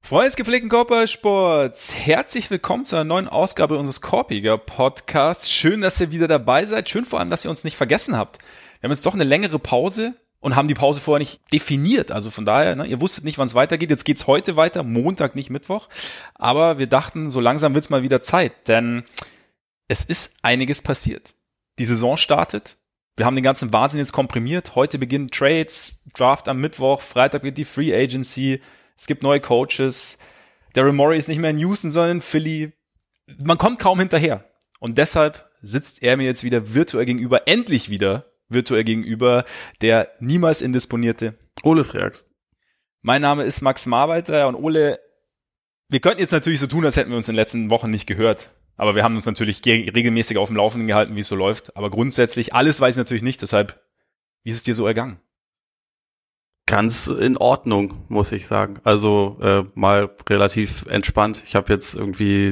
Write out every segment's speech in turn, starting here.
Freunde des gepflegten Körpersports, herzlich willkommen zu einer neuen Ausgabe unseres Korpiger Podcasts. Schön, dass ihr wieder dabei seid. Schön vor allem, dass ihr uns nicht vergessen habt. Wir haben jetzt doch eine längere Pause und haben die Pause vorher nicht definiert. Also von daher, ihr wusstet nicht, wann es weitergeht. Jetzt geht's heute weiter, Montag, nicht Mittwoch. Aber wir dachten, so langsam wird's mal wieder Zeit, denn es ist einiges passiert. Die Saison startet. Wir haben den ganzen Wahnsinn jetzt komprimiert. Heute beginnen Trades, Draft am Mittwoch, Freitag wird die Free Agency. Es gibt neue Coaches. Daryl Morey ist nicht mehr in Houston, sondern in Philly. Man kommt kaum hinterher. Und deshalb sitzt er mir jetzt wieder virtuell gegenüber, endlich wieder virtuell gegenüber, der niemals indisponierte Ole Freaks. Mein Name ist Max Marbeiter und Ole, wir könnten jetzt natürlich so tun, als hätten wir uns in den letzten Wochen nicht gehört. Aber wir haben uns natürlich regelmäßig auf dem Laufenden gehalten, wie es so läuft. Aber grundsätzlich, alles weiß ich natürlich nicht. Deshalb, wie ist es dir so ergangen? Ganz in Ordnung, muss ich sagen. Also mal relativ entspannt. Ich habe jetzt irgendwie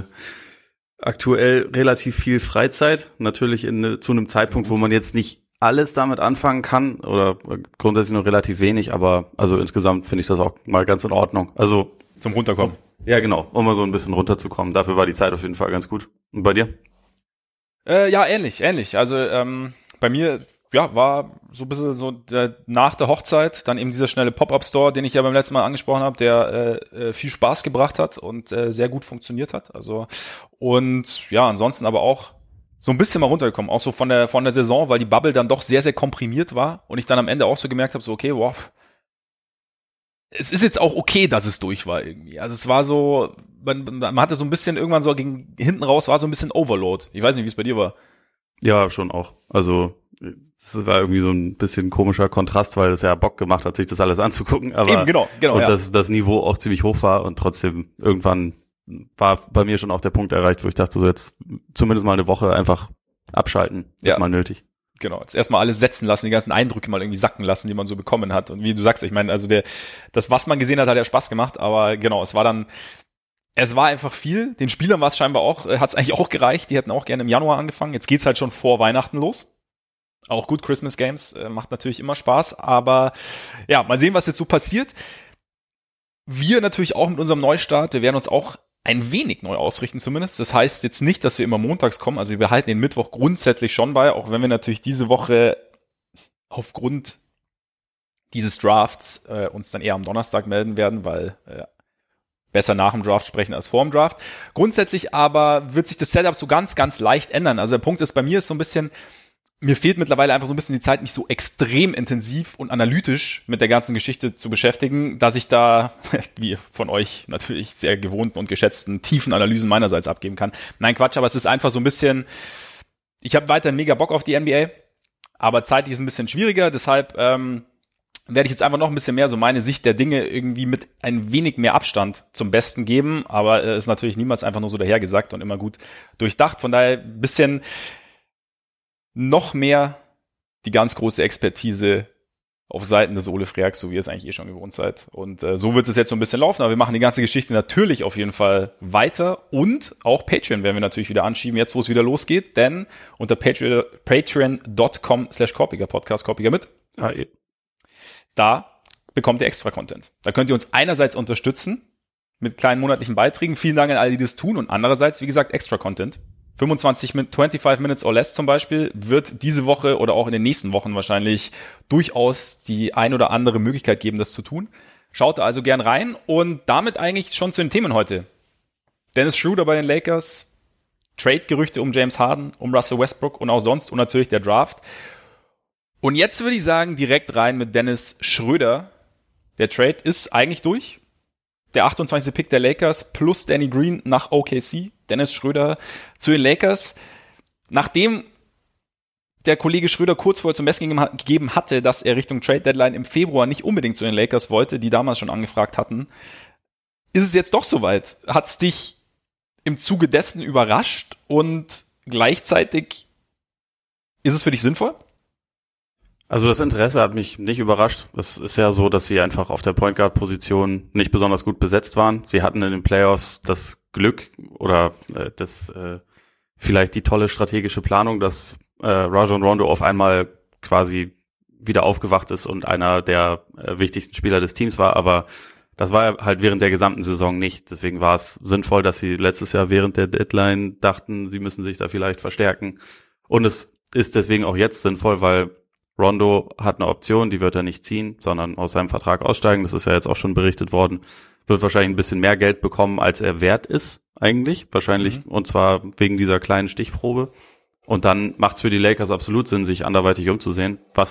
aktuell relativ viel Freizeit. Natürlich zu einem Zeitpunkt, wo man jetzt nicht alles damit anfangen kann oder grundsätzlich nur relativ wenig. Aber also insgesamt finde ich das auch mal ganz in Ordnung. Also zum Runterkommen. Ja, genau, um mal so ein bisschen runterzukommen. Dafür war die Zeit auf jeden Fall ganz gut. Und bei dir? Ja, ähnlich. Also bei mir war so ein bisschen so nach der Hochzeit dann eben dieser schnelle Pop-Up-Store, den ich ja beim letzten Mal angesprochen habe, der viel Spaß gebracht hat und sehr gut funktioniert hat. Also und ja, ansonsten aber auch so ein bisschen mal runtergekommen, auch so von der Saison, weil die Bubble dann doch sehr, sehr komprimiert war und ich dann am Ende auch so gemerkt habe, so okay, wow, es ist jetzt auch okay, dass es durch war irgendwie. Also es war so, man hatte so ein bisschen irgendwann so gegen hinten raus war so ein bisschen Overload. Ich weiß nicht, wie es bei dir war. Ja, schon auch. Also es war irgendwie so ein bisschen komischer Kontrast, weil es ja Bock gemacht hat, sich das alles anzugucken. Aber eben, genau. Und ja. das Niveau auch ziemlich hoch war und trotzdem irgendwann war bei mir schon auch der Punkt erreicht, wo ich dachte, so jetzt zumindest mal eine Woche einfach abschalten, ist mal nötig. Genau, jetzt erstmal alles setzen lassen, die ganzen Eindrücke mal irgendwie sacken lassen, die man so bekommen hat. Und wie du sagst, ich meine, also das, was man gesehen hat, hat ja Spaß gemacht, aber genau, es war einfach viel. Den Spielern war es scheinbar auch, hat es eigentlich auch gereicht, die hätten auch gerne im Januar angefangen. Jetzt geht's halt schon vor Weihnachten los. Auch gut, Christmas Games macht natürlich immer Spaß, aber ja, mal sehen, was jetzt so passiert. Wir natürlich auch mit unserem Neustart, wir werden uns auch ein wenig neu ausrichten zumindest. Das heißt jetzt nicht, dass wir immer montags kommen, also wir behalten den Mittwoch grundsätzlich schon bei, auch wenn wir natürlich diese Woche aufgrund dieses Drafts uns dann eher am Donnerstag melden werden, weil besser nach dem Draft sprechen als vor dem Draft. Grundsätzlich aber wird sich das Setup so ganz, ganz leicht ändern. Also der Punkt ist, bei mir ist so ein bisschen, mir fehlt mittlerweile einfach so ein bisschen die Zeit, mich so extrem intensiv und analytisch mit der ganzen Geschichte zu beschäftigen, dass ich da, wie von euch natürlich sehr gewohnten und geschätzten, tiefen Analysen meinerseits abgeben kann. Nein, Quatsch, aber es ist einfach so ein bisschen, ich habe weiterhin mega Bock auf die NBA, aber zeitlich ist es ein bisschen schwieriger, deshalb werde ich jetzt einfach noch ein bisschen mehr so meine Sicht der Dinge irgendwie mit ein wenig mehr Abstand zum Besten geben, aber ist natürlich niemals einfach nur so dahergesagt und immer gut durchdacht, von daher ein bisschen noch mehr die ganz große Expertise auf Seiten des Ole Freaks, so wie ihr es eigentlich schon gewohnt seid. Und so wird es jetzt so ein bisschen laufen, aber wir machen die ganze Geschichte natürlich auf jeden Fall weiter und auch Patreon werden wir natürlich wieder anschieben, jetzt wo es wieder losgeht, denn unter patreon.com/korpiger-podcast, Korpiger mit, da bekommt ihr extra Content. Da könnt ihr uns einerseits unterstützen mit kleinen monatlichen Beiträgen, vielen Dank an alle, die das tun, und andererseits, wie gesagt, extra Content. 25 Minutes or Less zum Beispiel wird diese Woche oder auch in den nächsten Wochen wahrscheinlich durchaus die ein oder andere Möglichkeit geben, das zu tun. Schaut da also gern rein und damit eigentlich schon zu den Themen heute. Dennis Schroeder bei den Lakers, Trade-Gerüchte um James Harden, um Russell Westbrook und auch sonst und natürlich der Draft. Und jetzt würde ich sagen, direkt rein mit Dennis Schroeder. Der Trade ist eigentlich durch. Der 28. Pick der Lakers plus Danny Green nach OKC. Dennis Schroeder zu den Lakers. Nachdem der Kollege Schröder kurz vorher zum Besten gegeben hatte, dass er Richtung Trade Deadline im Februar nicht unbedingt zu den Lakers wollte, die damals schon angefragt hatten, ist es jetzt doch soweit? Hat es dich im Zuge dessen überrascht und gleichzeitig ist es für dich sinnvoll? Also das Interesse hat mich nicht überrascht. Es ist ja so, dass sie einfach auf der Point Guard Position nicht besonders gut besetzt waren. Sie hatten in den Playoffs das Glück oder vielleicht die tolle strategische Planung, dass Rajon Rondo auf einmal quasi wieder aufgewacht ist und einer der wichtigsten Spieler des Teams war. Aber Das war halt während der gesamten Saison nicht. Deswegen war es sinnvoll, dass sie letztes Jahr während der Deadline dachten, sie müssen sich da vielleicht verstärken. Und es ist deswegen auch jetzt sinnvoll, weil Rondo hat eine Option, die wird er nicht ziehen, sondern aus seinem Vertrag aussteigen. Das ist ja jetzt auch schon berichtet worden. Wird wahrscheinlich ein bisschen mehr Geld bekommen, als er wert ist eigentlich. Wahrscheinlich, und zwar wegen dieser kleinen Stichprobe. Und dann macht es für die Lakers absolut Sinn, sich anderweitig umzusehen, was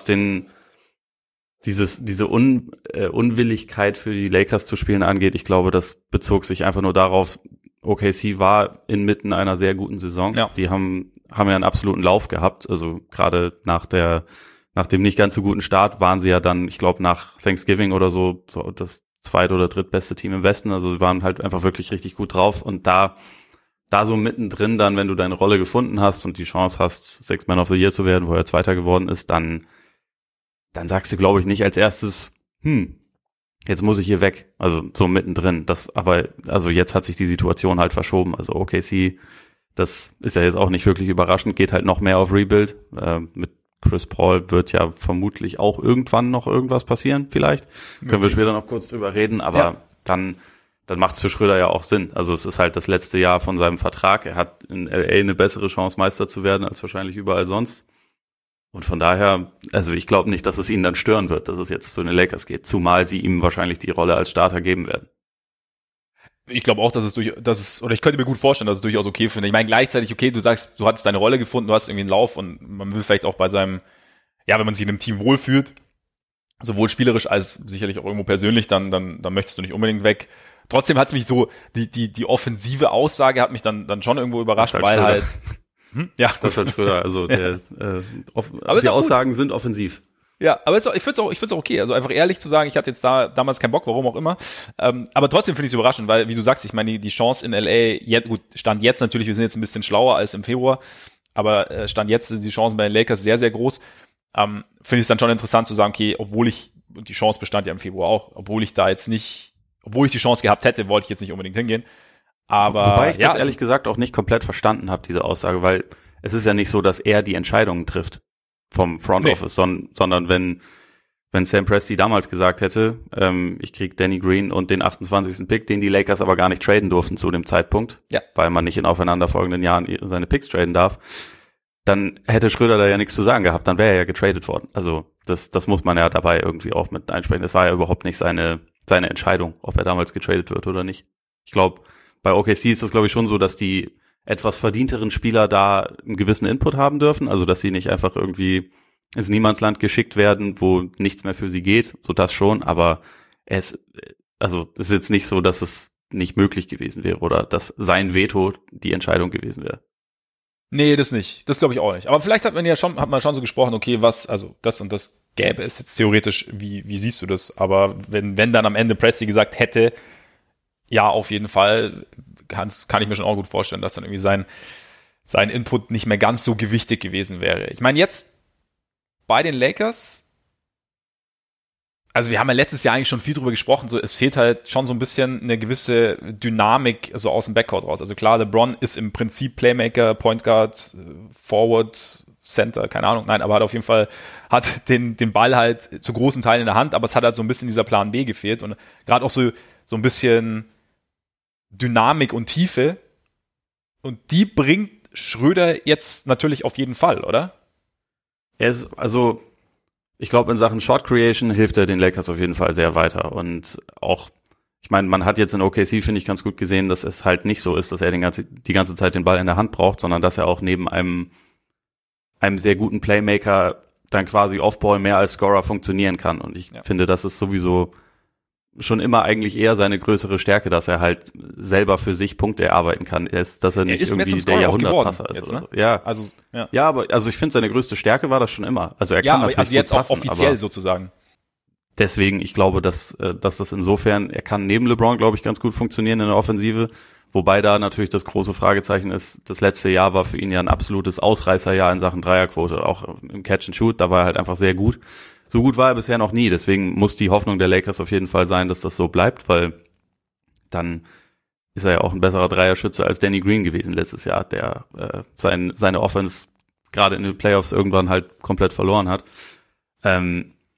diese Unwilligkeit für die Lakers zu spielen angeht. Ich glaube, das bezog sich einfach nur darauf, OKC war inmitten einer sehr guten Saison. Ja. Die haben ja einen absoluten Lauf gehabt. Also gerade nach dem nicht ganz so guten Start waren sie ja dann, ich glaube, nach Thanksgiving oder so das zweit- oder drittbeste Team im Westen. Also sie waren halt einfach wirklich richtig gut drauf. Und da so mittendrin dann, wenn du deine Rolle gefunden hast und die Chance hast, Sixth Man of the Year zu werden, wo er Zweiter geworden ist, dann sagst du, glaube ich, nicht als erstes, jetzt muss ich hier weg. Also so mittendrin. Also jetzt hat sich die Situation halt verschoben. Also OKC, das ist ja jetzt auch nicht wirklich überraschend, geht halt noch mehr auf Rebuild. Mit Chris Paul wird ja vermutlich auch irgendwann noch irgendwas passieren, vielleicht. Können wir später noch kurz drüber reden, aber dann macht es für Schröder ja auch Sinn. Also es ist halt das letzte Jahr von seinem Vertrag. Er hat in LA eine bessere Chance, Meister zu werden, als wahrscheinlich überall sonst. Und von daher, also ich glaube nicht, dass es ihn dann stören wird, dass es jetzt zu den Lakers geht, zumal sie ihm wahrscheinlich die Rolle als Starter geben werden. Ich glaube auch, oder ich könnte mir gut vorstellen, dass es durchaus okay finde. Ich meine, gleichzeitig, okay, du sagst, du hattest deine Rolle gefunden, du hast irgendwie einen Lauf und man will vielleicht auch bei seinem, wenn man sich in einem Team wohlfühlt, sowohl spielerisch als sicherlich auch irgendwo persönlich, dann möchtest du nicht unbedingt weg. Trotzdem hat es mich so, die offensive Aussage hat mich dann schon irgendwo überrascht, weil halt, das ist halt Schröder, also die Aussagen sind offensiv. Ja, aber ich find's auch okay, also einfach ehrlich zu sagen, ich hatte jetzt damals keinen Bock, warum auch immer, aber trotzdem finde ich es überraschend, weil, wie du sagst, ich meine, die Chance in LA, Stand jetzt natürlich, wir sind jetzt ein bisschen schlauer als im Februar, aber Stand jetzt sind die Chancen bei den Lakers sehr, sehr groß, finde ich es dann schon interessant zu sagen, okay, und die Chance bestand ja im Februar auch, obwohl ich die Chance gehabt hätte, wollte ich jetzt nicht unbedingt hingehen. Aber wobei ich das ehrlich gesagt auch nicht komplett verstanden habe, diese Aussage, weil es ist ja nicht so, dass er die Entscheidungen trifft vom Front Office, sondern wenn Sam Presti damals gesagt hätte, ich krieg Danny Green und den 28. Pick, den die Lakers aber gar nicht traden durften zu dem Zeitpunkt, weil man nicht in aufeinanderfolgenden Jahren seine Picks traden darf, dann hätte Schröder da ja nichts zu sagen gehabt, dann wäre er ja getradet worden. Also das muss man ja dabei irgendwie auch mit einsprechen. Das war ja überhaupt nicht seine Entscheidung, ob er damals getradet wird oder nicht. Ich glaube, bei OKC ist das, glaube ich, schon so, dass die etwas verdienteren Spieler da einen gewissen Input haben dürfen, also dass sie nicht einfach irgendwie ins Niemandsland geschickt werden, wo nichts mehr für sie geht, so das schon, aber es ist jetzt nicht so, dass es nicht möglich gewesen wäre oder dass sein Veto die Entscheidung gewesen wäre. Nee, das nicht. Das glaube ich auch nicht. Aber vielleicht hat man schon so gesprochen, okay, also das und das gäbe es jetzt theoretisch, wie siehst du das? Aber wenn dann am Ende Presti gesagt hätte, ja, auf jeden Fall, kann ich mir schon auch gut vorstellen, dass dann irgendwie sein Input nicht mehr ganz so gewichtig gewesen wäre. Ich meine, jetzt bei den Lakers, also wir haben ja letztes Jahr eigentlich schon viel drüber gesprochen, so es fehlt halt schon so ein bisschen eine gewisse Dynamik so aus dem Backcourt raus. Also klar, LeBron ist im Prinzip Playmaker, Point Guard, Forward, Center, keine Ahnung, nein, aber hat auf jeden Fall den Ball halt zu großen Teilen in der Hand, aber es hat halt so ein bisschen dieser Plan B gefehlt und gerade auch so ein bisschen Dynamik und Tiefe und die bringt Schröder jetzt natürlich auf jeden Fall, oder? Ich glaube, in Sachen Shot Creation hilft er den Lakers auf jeden Fall sehr weiter und auch, ich meine, man hat jetzt in OKC, finde ich, ganz gut gesehen, dass es halt nicht so ist, dass er die ganze Zeit den Ball in der Hand braucht, sondern dass er auch neben einem sehr guten Playmaker dann quasi Offball mehr als Scorer funktionieren kann und ich finde, das ist sowieso schon immer eigentlich eher seine größere Stärke, dass er halt selber für sich Punkte erarbeiten kann, dass er nicht irgendwie der Jahrhundertpasser ist. Jetzt, oder ne? So. Ja, aber ich finde, seine größte Stärke war das schon immer. Also er kann natürlich jetzt gut passen, auch offiziell sozusagen. Deswegen, ich glaube, dass das insofern, er kann neben LeBron, glaube ich, ganz gut funktionieren in der Offensive, wobei da natürlich das große Fragezeichen ist, das letzte Jahr war für ihn ja ein absolutes Ausreißerjahr in Sachen Dreierquote, auch im Catch and Shoot, da war er halt einfach sehr gut. So gut war er bisher noch nie, deswegen muss die Hoffnung der Lakers auf jeden Fall sein, dass das so bleibt, weil dann ist er ja auch ein besserer Dreierschütze als Danny Green gewesen letztes Jahr, der seine Offense gerade in den Playoffs irgendwann halt komplett verloren hat.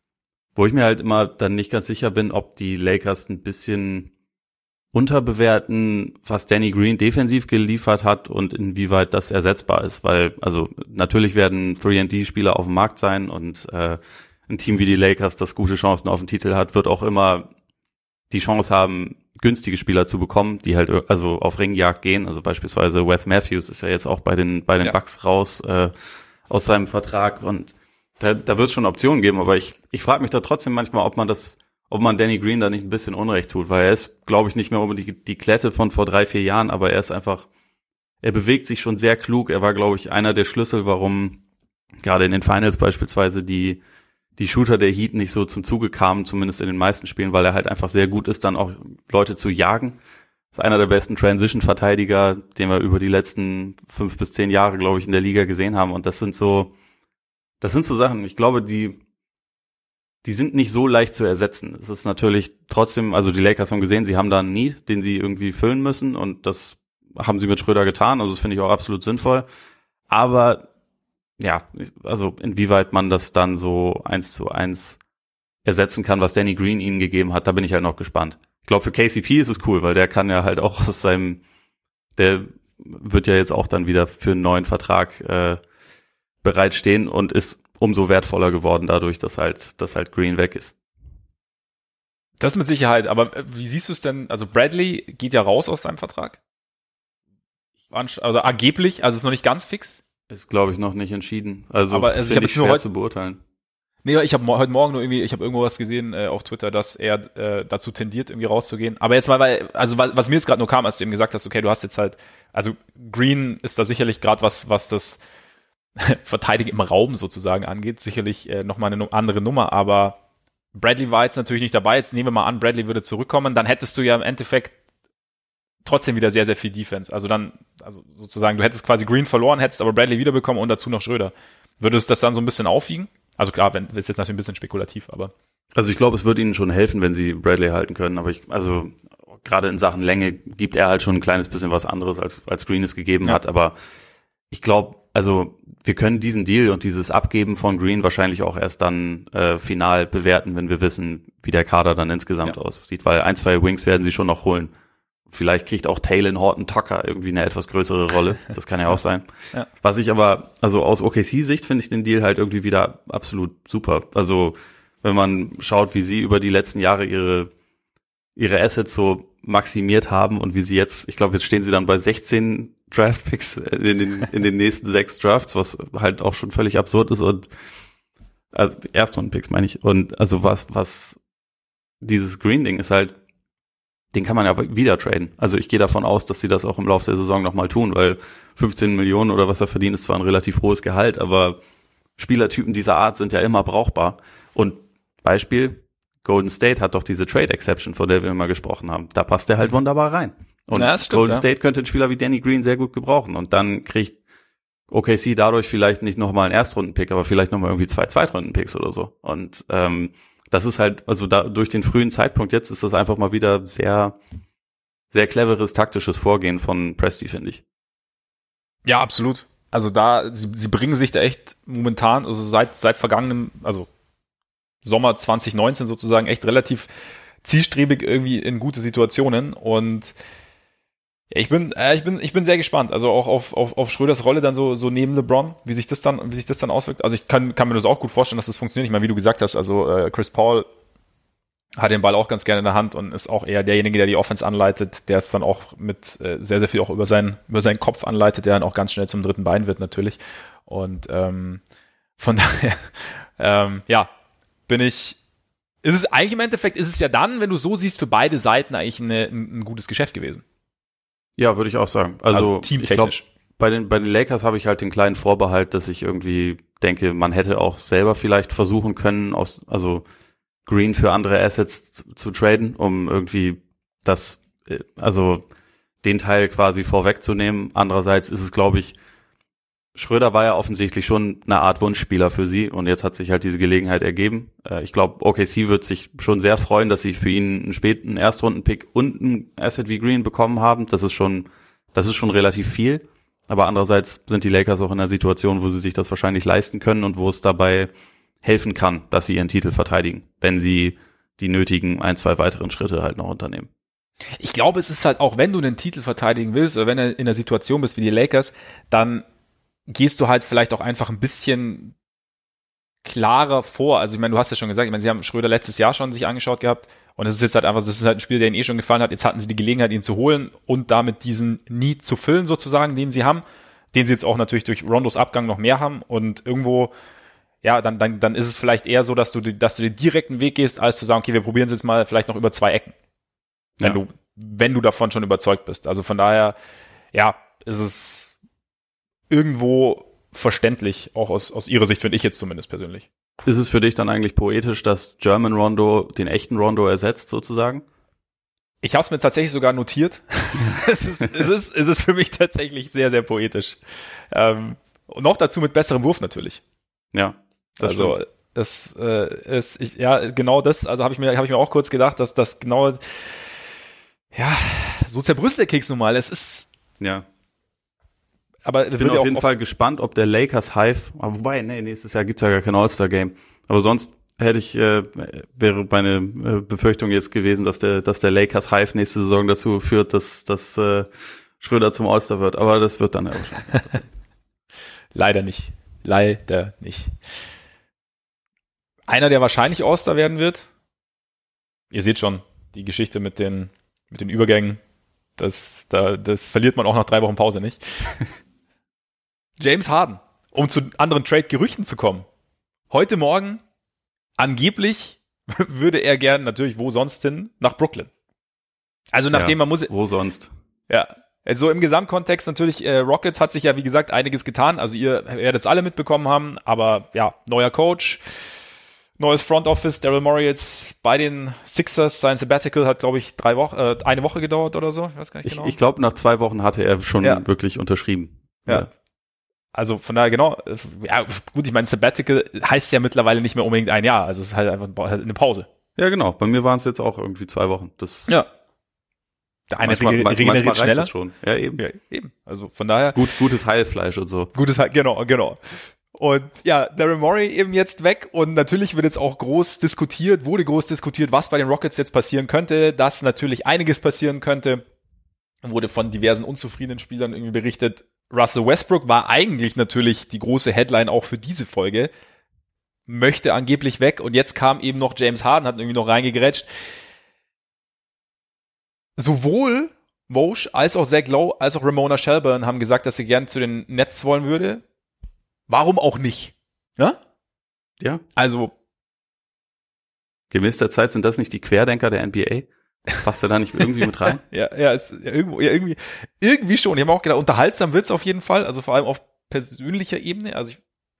Wo ich mir halt immer dann nicht ganz sicher bin, ob die Lakers ein bisschen unterbewerten, was Danny Green defensiv geliefert hat und inwieweit das ersetzbar ist, weil also natürlich werden 3&D-Spieler auf dem Markt sein und ein Team wie die Lakers, das gute Chancen auf den Titel hat, wird auch immer die Chance haben, günstige Spieler zu bekommen, die halt also auf Ringjagd gehen, also beispielsweise Wes Matthews ist ja jetzt auch bei den Bucks raus aus seinem Vertrag und da wird es schon Optionen geben, aber ich frage mich da trotzdem manchmal, ob man Danny Green da nicht ein bisschen Unrecht tut, weil er ist, glaube ich, nicht mehr unbedingt die Klette von vor 3-4 Jahren, aber er bewegt sich schon sehr klug. Er war, glaube ich, einer der Schlüssel, warum gerade in den Finals beispielsweise die Shooter der Heat nicht so zum Zuge kamen, zumindest in den meisten Spielen, weil er halt einfach sehr gut ist, dann auch Leute zu jagen. Ist einer der besten Transition-Verteidiger, den wir über die letzten 5 bis 10 Jahre, glaube ich, in der Liga gesehen haben. Und das sind so Sachen, ich glaube, die sind nicht so leicht zu ersetzen. Es ist natürlich trotzdem, also die Lakers haben gesehen, sie haben da einen Need, den sie irgendwie füllen müssen und das haben sie mit Schröder getan, also das finde ich auch absolut sinnvoll. Aber ja, also inwieweit man das dann so 1:1 ersetzen kann, was Danny Green ihnen gegeben hat, da bin ich halt noch gespannt. Ich glaube, für KCP ist es cool, weil der kann ja halt auch der wird ja jetzt auch dann wieder für einen neuen Vertrag bereitstehen und ist umso wertvoller geworden dadurch, dass halt Green weg ist. Das mit Sicherheit, aber wie siehst du es denn? Also Bradley geht ja raus aus seinem Vertrag. Also angeblich, also ist noch nicht ganz fix. Ist, glaube ich, noch nicht entschieden. Also aber ich habe schwer zu beurteilen. Nee, ich habe heute Morgen nur irgendwie, ich habe irgendwo was gesehen auf Twitter, dass er dazu tendiert, irgendwie rauszugehen. Aber jetzt mal, was mir jetzt gerade nur kam, als du eben gesagt hast, okay, du hast jetzt halt, also Green ist da sicherlich gerade was das Verteidigen im Raum sozusagen angeht, sicherlich nochmal eine andere Nummer, aber Bradley war jetzt natürlich nicht dabei. Jetzt nehmen wir mal an, Bradley würde zurückkommen, dann hättest du ja im Endeffekt trotzdem wieder sehr, sehr viel Defense. Also sozusagen, du hättest quasi Green verloren, hättest aber Bradley wiederbekommen und dazu noch Schröder. Würde es das dann so ein bisschen aufwiegen? Also klar, ist jetzt natürlich ein bisschen spekulativ, aber. Also ich glaube, es würde ihnen schon helfen, wenn sie Bradley halten können, aber also gerade in Sachen Länge gibt er halt schon ein kleines bisschen was anderes, als Green es gegeben hat, aber ich glaube, also wir können diesen Deal und dieses Abgeben von Green wahrscheinlich auch erst dann final bewerten, wenn wir wissen, wie der Kader dann insgesamt aussieht, weil 1-2 Wings werden sie schon noch holen. Vielleicht kriegt auch Taylor Horton Tucker irgendwie eine etwas größere Rolle. Das kann ja auch sein. Ja. Was ich aber, also aus OKC-Sicht finde ich den Deal halt irgendwie wieder absolut super. Also wenn man schaut, wie sie über die letzten Jahre ihre Assets so maximiert haben und wie sie jetzt, ich glaube, jetzt stehen sie dann bei 16 Draftpicks in den nächsten 6 Drafts, was halt auch schon völlig absurd ist und also Erstrundenpicks meine ich. Und also was dieses Green-Ding ist halt, den kann man ja wieder traden. Also ich gehe davon aus, dass sie das auch im Laufe der Saison nochmal tun, weil 15 Millionen oder was er verdient, ist zwar ein relativ hohes Gehalt, aber Spielertypen dieser Art sind ja immer brauchbar. Und Beispiel, Golden State hat doch diese Trade Exception, von der wir immer gesprochen haben. Da passt er halt wunderbar rein. Und ja, stimmt, Golden State könnte einen Spieler wie Danny Green sehr gut gebrauchen. Und dann kriegt OKC dadurch vielleicht nicht nochmal einen Erstrundenpick, aber vielleicht nochmal irgendwie 2 Zweitrundenpicks oder so. Und das ist halt, also da durch den frühen Zeitpunkt jetzt ist das einfach mal wieder sehr, sehr cleveres taktisches Vorgehen von Presti, finde ich. Ja, absolut. Also sie bringen sich da echt momentan, also seit vergangenem, also Sommer 2019 sozusagen echt relativ zielstrebig irgendwie in gute Situationen und ich bin sehr gespannt, also auch auf Schröders Rolle dann so neben LeBron, wie sich das dann auswirkt. Also ich kann mir das auch gut vorstellen, dass das funktioniert. Ich meine, wie du gesagt hast, also Chris Paul hat den Ball auch ganz gerne in der Hand und ist auch eher derjenige, der die Offense anleitet, der es dann auch mit sehr, sehr viel auch über seinen Kopf anleitet, der dann auch ganz schnell zum dritten Bein wird natürlich. Und von daher, ist es eigentlich im Endeffekt, ist es ja dann, wenn du so siehst, für beide Seiten eigentlich ein gutes Geschäft gewesen. Ja, würde ich auch sagen. Also teamtechnisch. Ich glaub, bei den Lakers habe ich halt den kleinen Vorbehalt, dass ich irgendwie denke, man hätte auch selber vielleicht versuchen können, also Green für andere Assets zu traden, um irgendwie den Teil quasi vorwegzunehmen. Andererseits ist es, glaube ich, Schröder war ja offensichtlich schon eine Art Wunschspieler für sie und jetzt hat sich halt diese Gelegenheit ergeben. Ich glaube, OKC wird sich schon sehr freuen, dass sie für ihn einen späten Erstrundenpick und ein Asset wie Green bekommen haben. Das ist schon relativ viel. Aber andererseits sind die Lakers auch in einer Situation, wo sie sich das wahrscheinlich leisten können und wo es dabei helfen kann, dass sie ihren Titel verteidigen, wenn sie die nötigen 1-2 weiteren Schritte halt noch unternehmen. Ich glaube, es ist halt auch, wenn du einen Titel verteidigen willst oder wenn du in einer Situation bist wie die Lakers, dann gehst du halt vielleicht auch einfach ein bisschen klarer vor. Also ich meine, du hast ja schon gesagt, ich meine, sie haben Schröder letztes Jahr schon sich angeschaut gehabt und es ist jetzt halt einfach, das ist halt ein Spiel, der ihnen schon gefallen hat. Jetzt hatten sie die Gelegenheit, ihn zu holen und damit diesen Need zu füllen sozusagen, den sie haben, den sie jetzt auch natürlich durch Rondos Abgang noch mehr haben und irgendwo, ja, dann ist es vielleicht eher so, dass du den direkten Weg gehst, als zu sagen, okay, wir probieren es jetzt mal vielleicht noch über 2 Ecken. Wenn du davon schon überzeugt bist. Also von daher, ja, ist es irgendwo verständlich, auch aus ihrer Sicht, finde ich jetzt zumindest persönlich. Ist es für dich dann eigentlich poetisch, dass German Rondo den echten Rondo ersetzt, sozusagen? Ich habe es mir tatsächlich sogar notiert. es ist für mich tatsächlich sehr, sehr poetisch. Und noch dazu mit besserem Wurf natürlich. Ja, das also stimmt. Genau das, also habe ich mir auch kurz gedacht, dass das genau, ja, so zerbrüsst der Keks nun mal. Es ist, ja. Aber ich bin auf jeden Fall gespannt, ob der Lakers Hive, wobei, nächstes Jahr gibt's ja gar kein All-Star-Game. Aber sonst wäre meine Befürchtung jetzt gewesen, dass der Lakers Hive nächste Saison dazu führt, dass Schröder zum All-Star wird. Aber das wird dann ja wahrscheinlich passieren. Leider nicht. Einer, der wahrscheinlich All-Star werden wird, ihr seht schon, die Geschichte mit den Übergängen, das verliert man auch nach 3 Wochen Pause nicht. James Harden, um zu anderen Trade-Gerüchten zu kommen. Heute Morgen, angeblich, würde er gern, natürlich, wo sonst hin, nach Brooklyn. Also nachdem man muss... Wo sonst? Ja, also im Gesamtkontext natürlich, Rockets hat sich ja, wie gesagt, einiges getan. Also ihr werdet es alle mitbekommen haben, aber ja, neuer Coach, neues Front Office, Daryl Morey jetzt bei den Sixers, sein Sabbatical hat, glaube ich, 1 Woche gedauert oder so. Ich weiß gar nicht genau. Ich glaube, nach 2 Wochen hatte er schon wirklich unterschrieben. Ja. Also von daher, genau, ja, gut, ich meine, Sabbatical heißt ja mittlerweile nicht mehr unbedingt 1 Jahr, also es ist halt einfach eine Pause. Ja, genau, bei mir waren es jetzt auch irgendwie 2 Wochen. Ja. Der eine regeneriert schneller. Schon. Ja, eben. Also von daher. Gutes Heilfleisch und so. Genau. Und ja, Daryl Morey eben jetzt weg und natürlich wurde groß diskutiert, was bei den Rockets jetzt passieren könnte, dass natürlich einiges passieren könnte. Wurde von diversen unzufriedenen Spielern irgendwie berichtet. Russell Westbrook war eigentlich natürlich die große Headline auch für diese Folge, möchte angeblich weg und jetzt kam eben noch James Harden, hat irgendwie noch reingegrätscht. Sowohl Woj als auch Zach Lowe als auch Ramona Shelburne haben gesagt, dass sie gern zu den Nets wollen würde. Warum auch nicht? Ne? Ja. Also gemäß der Zeit sind das nicht die Querdenker der NBA? Passt er da nicht irgendwie mit rein? irgendwie schon. Ich habe auch gedacht, unterhaltsam wird's auf jeden Fall, also vor allem auf persönlicher Ebene. Also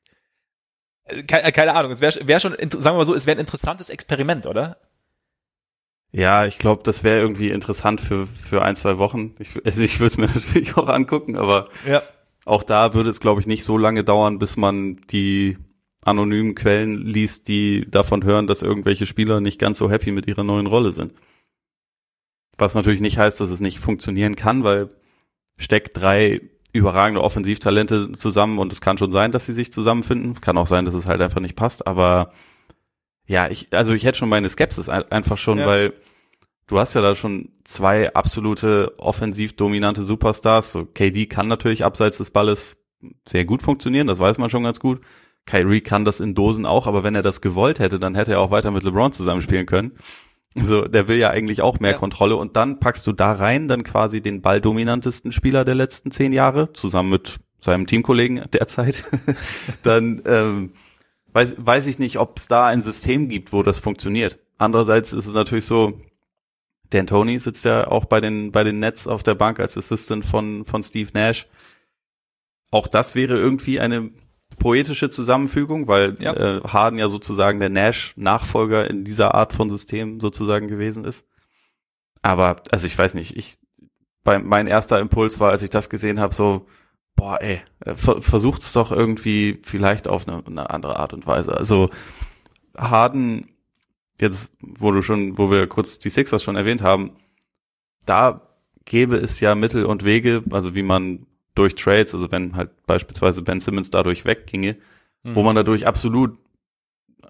keine Ahnung, es wäre schon, sagen wir mal so, es wäre ein interessantes Experiment, oder? Ja, ich glaube, das wäre irgendwie interessant für 1-2 Wochen. Ich würde es mir natürlich auch angucken, aber auch da würde es, glaube ich, nicht so lange dauern, bis man die anonymen Quellen liest, die davon hören, dass irgendwelche Spieler nicht ganz so happy mit ihrer neuen Rolle sind. Was natürlich nicht heißt, dass es nicht funktionieren kann, weil steckt 3 überragende Offensivtalente zusammen und es kann schon sein, dass sie sich zusammenfinden. Kann auch sein, dass es halt einfach nicht passt, aber ja, ich hätte schon meine Skepsis einfach schon, weil du hast ja da schon 2 absolute offensiv dominante Superstars. So KD kann natürlich abseits des Balles sehr gut funktionieren, das weiß man schon ganz gut. Kyrie kann das in Dosen auch, aber wenn er das gewollt hätte, dann hätte er auch weiter mit LeBron zusammenspielen können. Also der will ja eigentlich auch mehr Kontrolle und dann packst du da rein dann quasi den balldominantesten Spieler der letzten 10 Jahre, zusammen mit seinem Teamkollegen derzeit. Dann weiß ich nicht, ob es da ein System gibt, wo das funktioniert. Andererseits ist es natürlich so, D'Antoni sitzt ja auch bei den Nets auf der Bank als Assistant von Steve Nash. Auch das wäre irgendwie eine poetische Zusammenfügung, weil Harden ja sozusagen der Nash-Nachfolger in dieser Art von System sozusagen gewesen ist. Aber, also ich weiß nicht, mein erster Impuls war, als ich das gesehen habe, so, versucht's doch irgendwie vielleicht auf eine andere Art und Weise. Also Harden, jetzt, wo wir kurz die Sixers schon erwähnt haben, da gäbe es ja Mittel und Wege, also wie man durch Trades, also wenn halt beispielsweise Ben Simmons dadurch wegginge, wo man dadurch absolut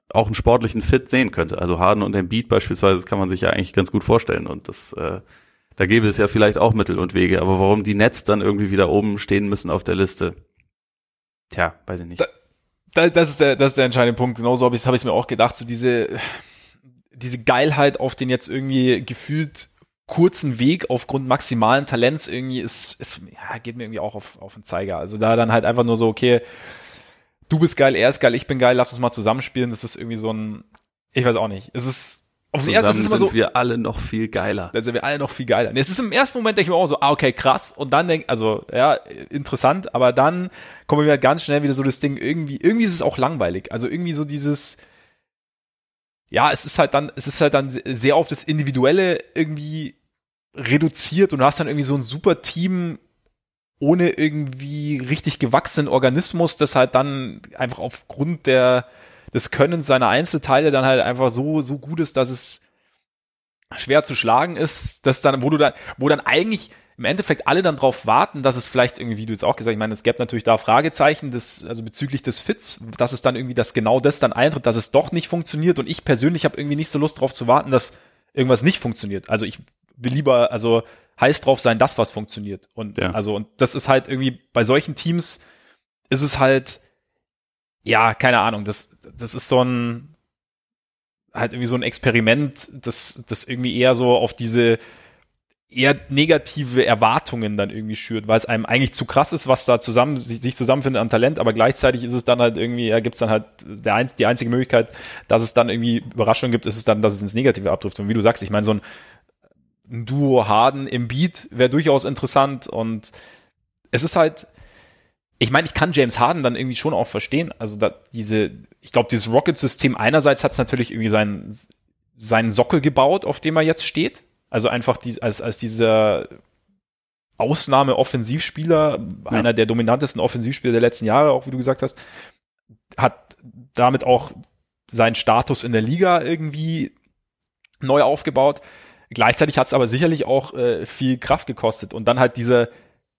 auch einen sportlichen Fit sehen könnte. Also Harden und Embiid beispielsweise, das kann man sich ja eigentlich ganz gut vorstellen. Und das, da gäbe es ja vielleicht auch Mittel und Wege. Aber warum die Nets dann irgendwie wieder oben stehen müssen auf der Liste? Tja, weiß ich nicht. Das ist der entscheidende Punkt. Genauso habe ich es mir auch gedacht. So diese Geilheit auf den jetzt irgendwie gefühlt kurzen Weg aufgrund maximalen Talents irgendwie geht mir irgendwie auch auf den Zeiger. Also da dann halt einfach nur so, okay, du bist geil, er ist geil, ich bin geil, lass uns mal zusammenspielen. Das ist irgendwie so ein, ich weiß auch nicht. Es ist, auf den ersten ist es immer so, sind wir alle noch viel geiler. Dann sind wir alle noch viel geiler. Es ist im ersten Moment, denke ich mir auch so, okay, krass. Und dann interessant, aber dann kommen wir halt ganz schnell wieder so das Ding, irgendwie ist es auch langweilig. Also irgendwie so dieses, ja, es ist halt dann sehr auf das Individuelle irgendwie reduziert und du hast dann irgendwie so ein super Team ohne irgendwie richtig gewachsenen Organismus, das halt dann einfach aufgrund des Könnens seiner Einzelteile dann halt einfach so gut ist, dass es schwer zu schlagen ist, dass dann, wo dann eigentlich im Endeffekt alle dann drauf warten, dass es vielleicht irgendwie, wie du jetzt auch gesagt hast, ich meine, es gäbe natürlich da Fragezeichen, also bezüglich des Fits, dass es dann irgendwie, dass genau das dann eintritt, dass es doch nicht funktioniert und ich persönlich habe irgendwie nicht so Lust drauf zu warten, dass irgendwas nicht funktioniert. Also ich will lieber, heiß drauf sein, dass was funktioniert. Und und das ist halt irgendwie, bei solchen Teams ist es halt, ja, keine Ahnung, das ist halt irgendwie so ein Experiment, das irgendwie eher so auf diese eher negative Erwartungen dann irgendwie schürt, weil es einem eigentlich zu krass ist, was da sich zusammenfindet an Talent, aber gleichzeitig ist es dann halt irgendwie, gibt's dann halt die einzige Möglichkeit, dass es dann irgendwie Überraschungen gibt, ist es dann, dass es ins Negative abtrifft. Und wie du sagst, ich meine, so ein Duo Harden Embiid wäre durchaus interessant und es ist halt, ich meine, ich kann James Harden dann irgendwie schon auch verstehen, also ich glaube, dieses Rocket-System einerseits hat es natürlich irgendwie seinen Sockel gebaut, auf dem er jetzt steht, also einfach als dieser Ausnahme-Offensivspieler, einer der dominantesten Offensivspieler der letzten Jahre, auch wie du gesagt hast, hat damit auch seinen Status in der Liga irgendwie neu aufgebaut. Gleichzeitig hat es aber sicherlich auch viel Kraft gekostet und dann halt diese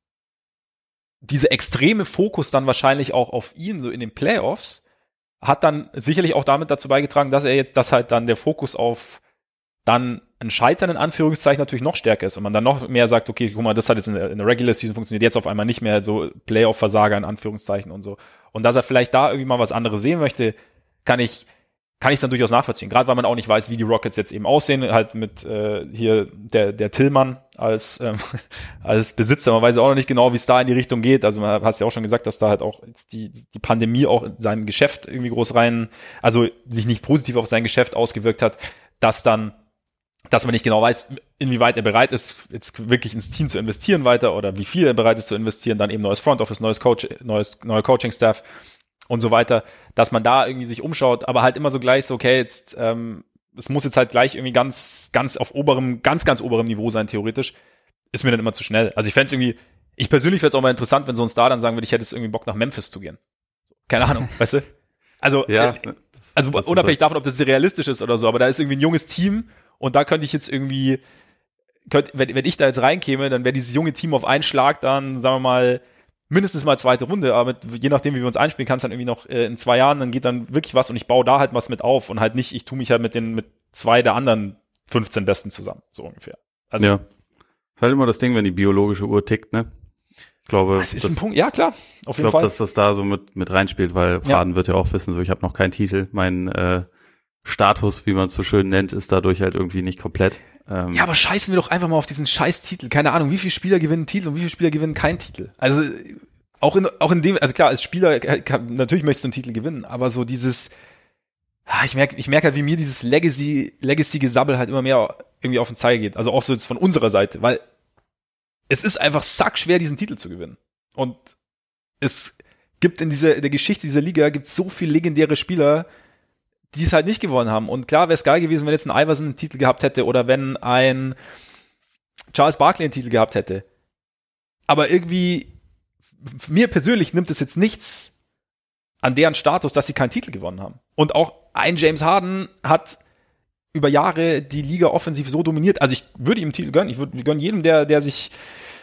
extreme Fokus dann wahrscheinlich auch auf ihn so in den Playoffs hat dann sicherlich auch damit dazu beigetragen, dass halt dann der Fokus auf dann ein Scheitern in Anführungszeichen natürlich noch stärker ist und man dann noch mehr sagt, okay, guck mal, das hat jetzt in der Regular Season funktioniert, jetzt auf einmal nicht mehr so Playoff-Versager in Anführungszeichen und so. Und dass er vielleicht da irgendwie mal was anderes sehen möchte, kann ich dann durchaus nachvollziehen. Gerade weil man auch nicht weiß, wie die Rockets jetzt eben aussehen, halt mit hier der Tillmann als Besitzer. Man weiß auch noch nicht genau, wie es da in die Richtung geht. Also man hat ja auch schon gesagt, dass da halt auch jetzt die Pandemie auch in seinem Geschäft irgendwie groß also sich nicht positiv auf sein Geschäft ausgewirkt hat, dass man nicht genau weiß, inwieweit er bereit ist, jetzt wirklich ins Team zu investieren weiter oder wie viel er bereit ist zu investieren, dann eben neues Front Office, neuer Coaching-Staff und so weiter, dass man da irgendwie sich umschaut, aber halt immer so gleich so, okay, jetzt es muss jetzt halt gleich irgendwie ganz auf ganz oberem Niveau sein, theoretisch, ist mir dann immer zu schnell. Also ich persönlich fände es auch mal interessant, wenn so ein Star dann sagen würde, ich hätte jetzt irgendwie Bock nach Memphis zu gehen. Keine Ahnung, weißt du? Also, ja, also unabhängig davon, ob das realistisch ist oder so, aber da ist irgendwie ein junges Team und da könnte ich jetzt irgendwie, wenn ich da jetzt reinkäme, dann wäre dieses junge Team auf einen Schlag dann, sagen wir mal, mindestens mal zweite Runde, aber je nachdem, wie wir uns einspielen, kann es dann irgendwie noch in 2 Jahren, dann geht dann wirklich was und ich baue da halt was mit auf und halt nicht, ich tue mich halt mit 2 der anderen 15 Besten zusammen, so ungefähr. Also, ja. Ist halt immer das Ding, wenn die biologische Uhr tickt, ne? Ich glaube, das ist ein Punkt, ja klar, auf jeden Fall. Ich glaube, dass das da so mit reinspielt, weil Harden wird ja auch wissen, so ich habe noch keinen Titel, mein Status, wie man es so schön nennt, ist dadurch halt irgendwie nicht komplett. Ja, aber scheißen wir doch einfach mal auf diesen scheiß Titel. Keine Ahnung, wie viele Spieler gewinnen Titel und wie viele Spieler gewinnen keinen Titel. Also auch in dem, also klar, als Spieler natürlich möchtest du einen Titel gewinnen, aber so dieses, ich merke halt, wie mir dieses Legacy-Gesabbel halt immer mehr irgendwie auf den Zeiger geht. Also auch so von unserer Seite, weil es ist einfach sackschwer, diesen Titel zu gewinnen. Und es gibt in der Geschichte dieser Liga gibt so viele legendäre Spieler, die es halt nicht gewonnen haben. Und klar wäre es geil gewesen, wenn jetzt ein Iverson einen Titel gehabt hätte oder wenn ein Charles Barkley einen Titel gehabt hätte. Aber irgendwie, mir persönlich nimmt es jetzt nichts an deren Status, dass sie keinen Titel gewonnen haben. Und auch ein James Harden hat über Jahre die Liga offensiv so dominiert. Also ich würde ihm einen Titel gönnen. Ich würde gönnen jedem, der sich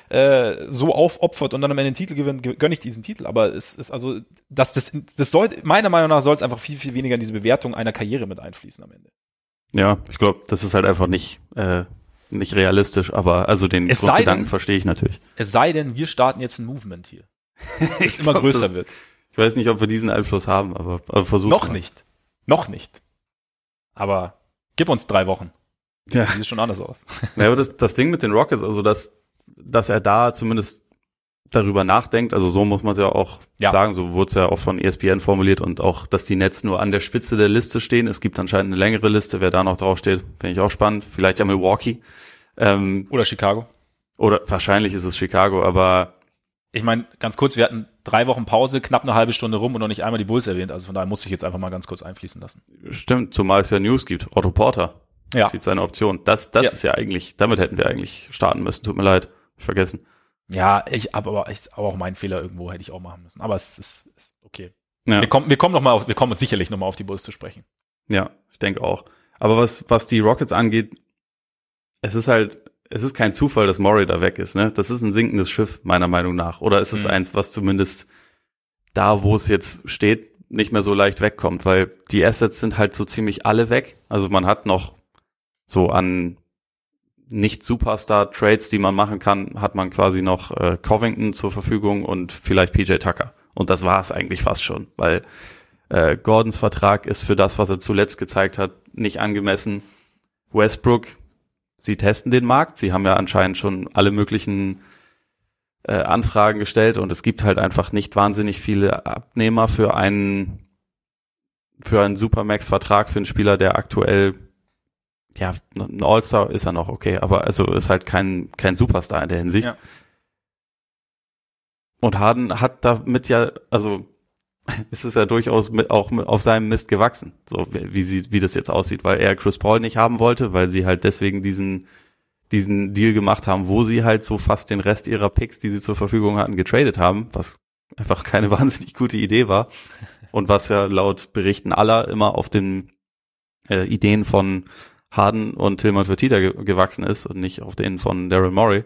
so aufopfert und dann am Ende den Titel gewinnt, gönne ich diesen Titel. Aber es ist also, das soll, meiner Meinung nach soll es einfach viel, viel weniger in diese Bewertung einer Karriere mit einfließen am Ende. Ja, ich glaube, das ist halt einfach nicht realistisch, aber also den Grundgedanken verstehe ich natürlich. Es sei denn, wir starten jetzt ein Movement hier, das immer größer wird. Ich weiß nicht, ob wir diesen Einfluss haben, aber versuchen wir. Noch nicht. Aber gib uns 3 Wochen. Ja. Sieht schon anders aus. Ja, aber das Ding mit den Rockets, also dass er da zumindest darüber nachdenkt, also so muss man es ja auch sagen, so wurde es ja auch von ESPN formuliert und auch, dass die Nets nur an der Spitze der Liste stehen. Es gibt anscheinend eine längere Liste, wer da noch draufsteht, finde ich auch spannend. Vielleicht ja Milwaukee. Oder Chicago. Oder wahrscheinlich ist es Chicago, aber ich meine, ganz kurz, wir hatten 3 Wochen Pause, knapp eine halbe Stunde rum und noch nicht einmal die Bulls erwähnt, also von daher muss ich jetzt einfach mal ganz kurz einfließen lassen. Stimmt, zumal es ja News gibt. Otto Porter sieht seine Option. Das ist ja eigentlich, damit hätten wir eigentlich starten müssen, tut mir leid, vergessen. Ja, aber auch mein Fehler irgendwo hätte ich auch machen müssen. Aber es ist okay. Ja. Wir kommen sicherlich nochmal auf die Bulls zu sprechen. Ja, ich denke auch. Aber was die Rockets angeht, es ist kein Zufall, dass Murray da weg ist, ne? Das ist ein sinkendes Schiff, meiner Meinung nach. Oder ist es eins, was zumindest da, wo es jetzt steht, nicht mehr so leicht wegkommt, weil die Assets sind halt so ziemlich alle weg. Also man hat noch so an Nicht-Superstar-Trades, die man machen kann, hat man quasi noch Covington zur Verfügung und vielleicht PJ Tucker. Und das war es eigentlich fast schon, weil Gordons Vertrag ist für das, was er zuletzt gezeigt hat, nicht angemessen. Westbrook, sie testen den Markt. Sie haben ja anscheinend schon alle möglichen Anfragen gestellt und es gibt halt einfach nicht wahnsinnig viele Abnehmer für einen Supermax-Vertrag für einen Spieler, der aktuell ein All-Star ist er noch, okay, aber also ist halt kein Superstar in der Hinsicht. Ja. Und Harden hat damit also ist es ja durchaus auch auf seinem Mist gewachsen, so wie das jetzt aussieht, weil er Chris Paul nicht haben wollte, weil sie halt deswegen diesen Deal gemacht haben, wo sie halt so fast den Rest ihrer Picks, die sie zur Verfügung hatten, getradet haben, was einfach keine wahnsinnig gute Idee war und was ja laut Berichten aller immer auf den Ideen von Harden und Tillman Fertitta gewachsen ist und nicht auf denen von Daryl Morey.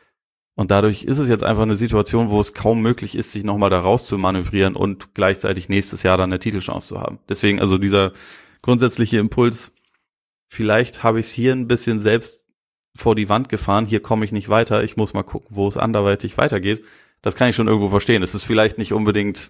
Und dadurch ist es jetzt einfach eine Situation, wo es kaum möglich ist, sich nochmal da raus zu manövrieren und gleichzeitig nächstes Jahr dann eine Titelchance zu haben. Deswegen also dieser grundsätzliche Impuls, vielleicht habe ich es hier ein bisschen selbst vor die Wand gefahren, hier komme ich nicht weiter, ich muss mal gucken, wo es anderweitig weitergeht. Das kann ich schon irgendwo verstehen. Es ist vielleicht nicht unbedingt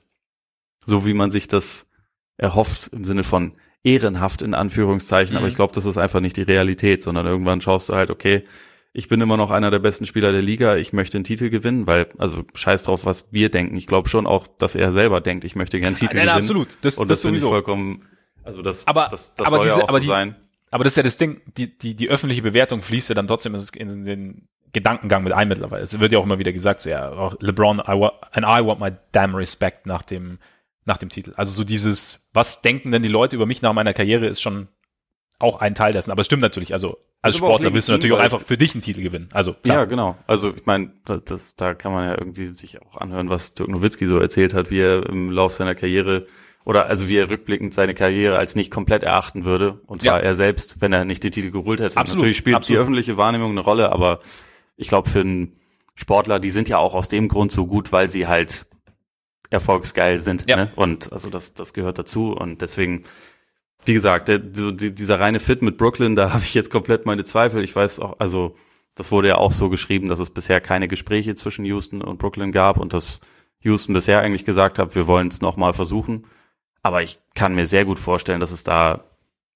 so, wie man sich das erhofft, im Sinne von ehrenhaft in Anführungszeichen, aber ich glaube, das ist einfach nicht die Realität, sondern irgendwann schaust du halt, okay, ich bin immer noch einer der besten Spieler der Liga, ich möchte den Titel gewinnen, weil, also scheiß drauf, was wir denken. Ich glaube schon auch, dass er selber denkt, ich möchte gern Titel gewinnen. Absolut. Das finde ich vollkommen, also das soll ja auch so sein. Aber das ist ja das Ding, die öffentliche Bewertung fließt ja dann trotzdem in den Gedankengang mit ein mittlerweile. Es wird ja auch immer wieder gesagt, so ja, auch LeBron I want my damn respect nach dem Titel. Also so dieses, was denken denn die Leute über mich nach meiner Karriere, ist schon auch ein Teil dessen. Aber es stimmt natürlich, also als Sportler willst du natürlich auch einfach für dich einen Titel gewinnen. Also klar. Ja, genau. Also ich meine, da kann man ja irgendwie sich auch anhören, was Dirk Nowitzki so erzählt hat, wie er im Lauf seiner Karriere oder also wie er rückblickend seine Karriere als nicht komplett erachten würde. Und zwar er selbst, wenn er nicht den Titel geholt hätte. Absolut. Natürlich spielt die öffentliche Wahrnehmung eine Rolle, aber ich glaube für einen Sportler, die sind ja auch aus dem Grund so gut, weil sie halt erfolgsgeil sind. Ja. Ne? Und also das gehört dazu und deswegen, wie gesagt, dieser reine Fit mit Brooklyn, da habe ich jetzt komplett meine Zweifel. Ich weiß auch, also das wurde ja auch so geschrieben, dass es bisher keine Gespräche zwischen Houston und Brooklyn gab und dass Houston bisher eigentlich gesagt hat, wir wollen es nochmal versuchen. Aber ich kann mir sehr gut vorstellen, dass es da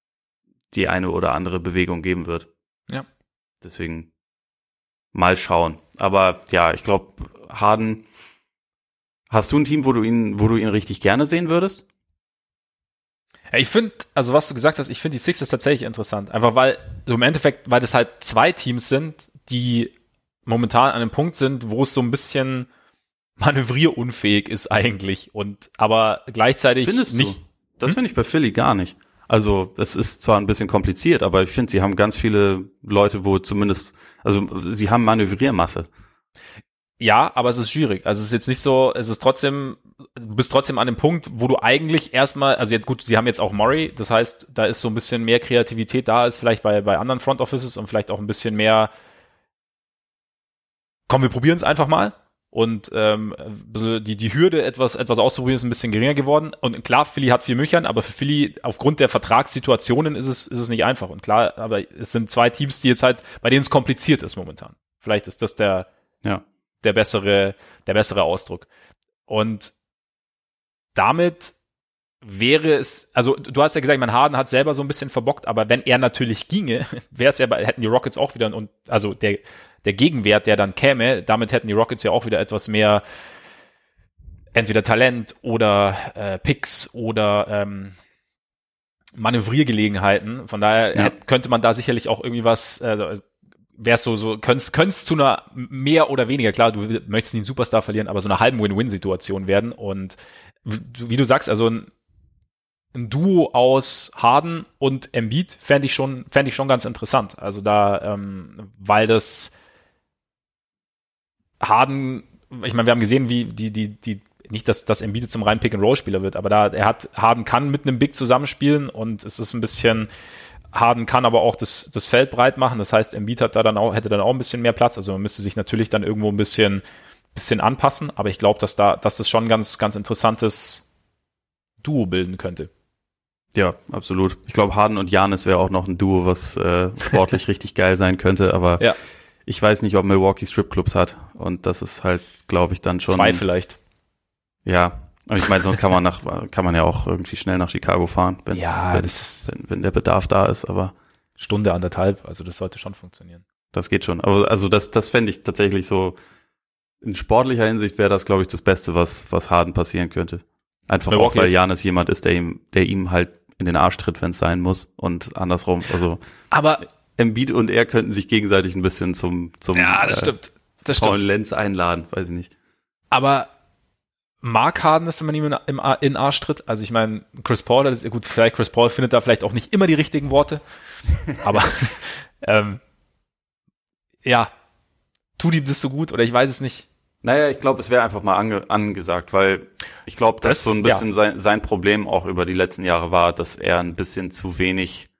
die eine oder andere Bewegung geben wird. Ja. Deswegen mal schauen. Aber ja, ich glaube, Harden, hast du ein Team, wo du ihn richtig gerne sehen würdest? Ja, ich finde, also was du gesagt hast, ich finde die Sixers tatsächlich interessant. Einfach weil, so im Endeffekt, weil das halt 2 Teams sind, die momentan an einem Punkt sind, wo es so ein bisschen manövrierunfähig ist eigentlich und aber gleichzeitig Findest nicht. Du? Das finde ich bei Philly gar nicht. Also das ist zwar ein bisschen kompliziert, aber ich finde, sie haben ganz viele Leute, wo zumindest, also sie haben Manövriermasse. Ja, aber es ist schwierig. Also es ist jetzt nicht so, es ist trotzdem, du bist trotzdem an dem Punkt, wo du eigentlich erstmal, also jetzt gut, sie haben jetzt auch Murray, das heißt, da ist so ein bisschen mehr Kreativität da als vielleicht bei anderen Front Offices und vielleicht auch ein bisschen mehr komm, wir probieren es einfach mal. Und die Hürde, etwas auszuprobieren, ist ein bisschen geringer geworden. Und klar, Philly hat viel Möchern, aber für Philly aufgrund der Vertragssituationen ist es nicht einfach. Und klar, aber es sind zwei Teams, die jetzt halt, bei denen es kompliziert ist momentan. Vielleicht ist das der bessere Ausdruck. Und damit wäre es, also du hast ja gesagt, Harden hat selber so ein bisschen verbockt, aber wenn er natürlich ginge, hätten die Rockets auch wieder, und also der Gegenwert, der dann käme, damit hätten die Rockets ja auch wieder etwas mehr entweder Talent oder Picks oder Manövriergelegenheiten. Von daher könnte man da sicherlich auch irgendwie was, wär's könnte es zu einer mehr oder weniger, klar, du möchtest nicht einen Superstar verlieren, aber so eine halben Win-Win-Situation werden. Und wie du sagst, also ein Duo aus Harden und Embiid fände ich schon ganz interessant. Also da, weil das Harden, ich meine, wir haben gesehen, wie die nicht, dass Embiid zum reinen Pick-and-Roll-Spieler wird, aber Harden kann mit einem Big zusammenspielen und es ist ein bisschen, Harden kann aber auch das Feld breit machen. Das heißt, Embiid hätte dann auch ein bisschen mehr Platz. Also man müsste sich natürlich dann irgendwo ein bisschen anpassen, aber ich glaube, dass das schon ein ganz, ganz interessantes Duo bilden könnte. Ja, absolut. Ich glaube, Harden und Giannis wäre auch noch ein Duo, was sportlich richtig geil sein könnte, aber ich weiß nicht, ob Milwaukee Stripclubs hat und das ist halt, glaube ich, dann schon... 2 vielleicht. Ja, aber ich meine, sonst kann man ja auch irgendwie schnell nach Chicago fahren, wenn der Bedarf da ist, aber... Stunde, 1,5, also das sollte schon funktionieren. Das geht schon, aber also das fände ich tatsächlich so, in sportlicher Hinsicht wäre das, glaube ich, das Beste, was Harden passieren könnte. Einfach Milwaukee auch, weil Giannis jemand ist, der ihm halt in den Arsch tritt, wenn es sein muss und andersrum. Also aber Embiid und er könnten sich gegenseitig ein bisschen zum das stimmt. Paul Lenz einladen, weiß ich nicht. Aber mag Harden das, wenn man ihm in den Arsch tritt? Also ich meine, Chris Paul findet da vielleicht auch nicht immer die richtigen Worte, aber tut ihm das so gut oder ich weiß es nicht. Naja, ich glaube, es wäre einfach mal angesagt, weil ich glaube, dass so ein bisschen sein Problem auch über die letzten Jahre war, dass er ein bisschen zu wenig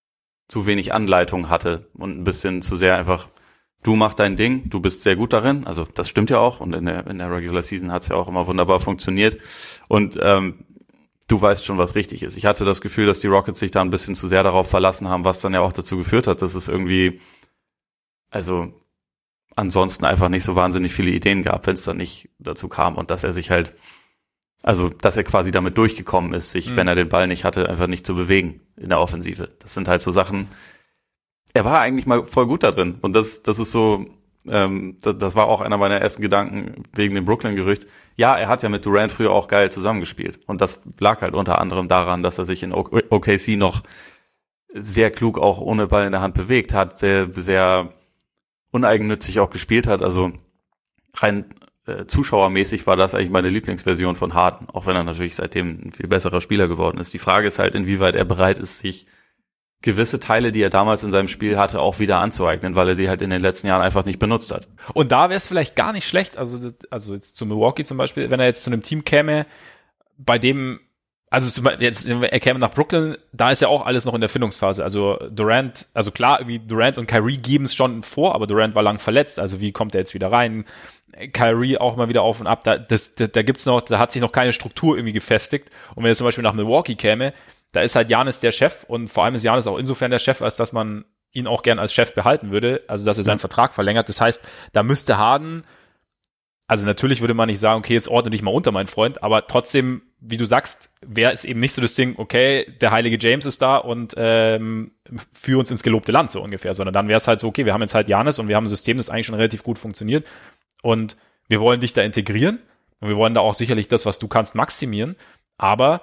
Anleitung hatte und ein bisschen zu sehr einfach, du mach dein Ding, du bist sehr gut darin, also das stimmt ja auch und in der Regular Season hat es ja auch immer wunderbar funktioniert und du weißt schon, was richtig ist. Ich hatte das Gefühl, dass die Rockets sich da ein bisschen zu sehr darauf verlassen haben, was dann ja auch dazu geführt hat, dass es irgendwie, also ansonsten einfach nicht so wahnsinnig viele Ideen gab, wenn es dann nicht dazu kam und dass er sich halt, also dass er quasi damit durchgekommen ist, sich, wenn er den Ball nicht hatte, einfach nicht zu bewegen in der Offensive. Das sind halt so Sachen, er war eigentlich mal voll gut da drin und das ist so, das war auch einer meiner ersten Gedanken wegen dem Brooklyn-Gerücht. Ja, er hat ja mit Durant früher auch geil zusammengespielt und das lag halt unter anderem daran, dass er sich in OKC noch sehr klug auch ohne Ball in der Hand bewegt hat, sehr, sehr uneigennützig auch gespielt hat, also rein zuschauermäßig war das eigentlich meine Lieblingsversion von Harden, auch wenn er natürlich seitdem ein viel besserer Spieler geworden ist. Die Frage ist halt, inwieweit er bereit ist, sich gewisse Teile, die er damals in seinem Spiel hatte, auch wieder anzueignen, weil er sie halt in den letzten Jahren einfach nicht benutzt hat. Und da wäre es vielleicht gar nicht schlecht, also jetzt zu Milwaukee zum Beispiel, wenn er jetzt zu einem Team käme, bei dem, also jetzt, er käme nach Brooklyn, da ist ja auch alles noch in der Findungsphase. Also Durant, also klar, irgendwie Durant und Kyrie geben es schon vor, aber Durant war lang verletzt, also wie kommt er jetzt wieder rein? Kyrie auch mal wieder auf und ab, da hat sich noch keine Struktur irgendwie gefestigt. Und wenn er zum Beispiel nach Milwaukee käme, da ist halt Giannis der Chef und vor allem ist Giannis auch insofern der Chef, als dass man ihn auch gern als Chef behalten würde, also dass er seinen Vertrag verlängert. Das heißt, da müsste Harden, also natürlich würde man nicht sagen, okay, jetzt ordne dich mal unter, mein Freund, aber trotzdem, wie du sagst, wäre es eben nicht so das Ding, okay, der heilige James ist da und führ uns ins gelobte Land, so ungefähr, sondern dann wäre es halt so, okay, wir haben jetzt halt Giannis und wir haben ein System, das eigentlich schon relativ gut funktioniert und wir wollen dich da integrieren und wir wollen da auch sicherlich das, was du kannst, maximieren, aber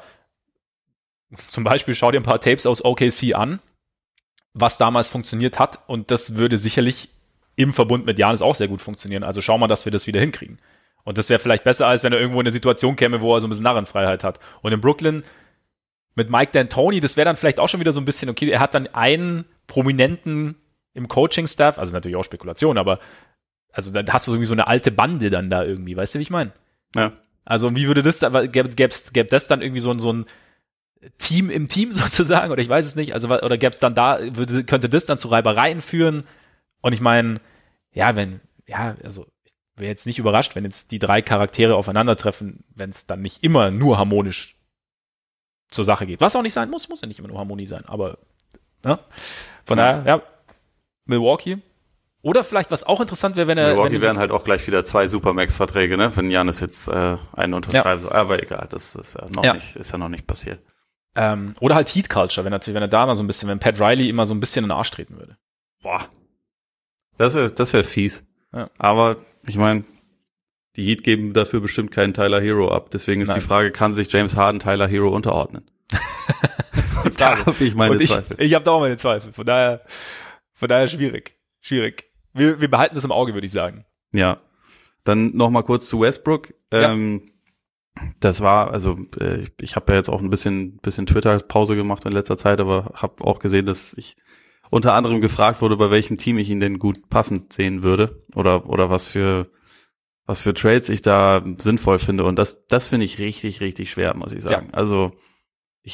zum Beispiel schau dir ein paar Tapes aus OKC an, was damals funktioniert hat und das würde sicherlich im Verbund mit Giannis auch sehr gut funktionieren. Also schau mal, dass wir das wieder hinkriegen. Und das wäre vielleicht besser, als wenn er irgendwo in eine Situation käme, wo er so ein bisschen Narrenfreiheit hat. Und in Brooklyn mit Mike D'Antoni, das wäre dann vielleicht auch schon wieder so ein bisschen, okay, er hat dann einen Prominenten im Coaching-Staff, also natürlich auch Spekulation, aber also dann hast du irgendwie so eine alte Bande dann da irgendwie, weißt du, wie ich meine? Ja. Also wie würde das, gäbe das dann irgendwie so ein Team im Team sozusagen, oder ich weiß es nicht, also oder gäbe es dann könnte das dann zu Reibereien führen? Und ich meine, also wäre jetzt nicht überrascht, wenn jetzt die 3 Charaktere aufeinandertreffen, wenn es dann nicht immer nur harmonisch zur Sache geht. Was auch nicht sein muss ja nicht immer nur Harmonie sein, aber ja. Von daher, ja, Milwaukee. Oder vielleicht, was auch interessant wäre, wenn er... Milwaukee wären halt auch gleich wieder 2 Supermax-Verträge, ne? Wenn Giannis jetzt einen unterschreibt. Ja. Aber egal, das ist ja noch nicht passiert. Oder halt Heat Culture, wenn er da mal so ein bisschen, wenn Pat Riley immer so ein bisschen in den Arsch treten würde. Boah. Das wär fies. Ja. Aber ich meine, die Heat geben dafür bestimmt keinen Tyler Hero ab. Deswegen ist die Frage, kann sich James Harden Tyler Hero unterordnen? Das ist die Frage. Da habe ich meine Zweifel. Ich habe da auch meine Zweifel. Von daher schwierig. Wir behalten das im Auge, würde ich sagen. Ja. Dann noch mal kurz zu Westbrook. Ja. Das war, also ich habe ja jetzt auch ein bisschen Twitter-Pause gemacht in letzter Zeit, aber habe auch gesehen, dass ich unter anderem gefragt wurde, bei welchem Team ich ihn denn gut passend sehen würde oder was für Trades ich da sinnvoll finde. Und das finde ich richtig, richtig schwer, muss ich sagen. Ja. Also ich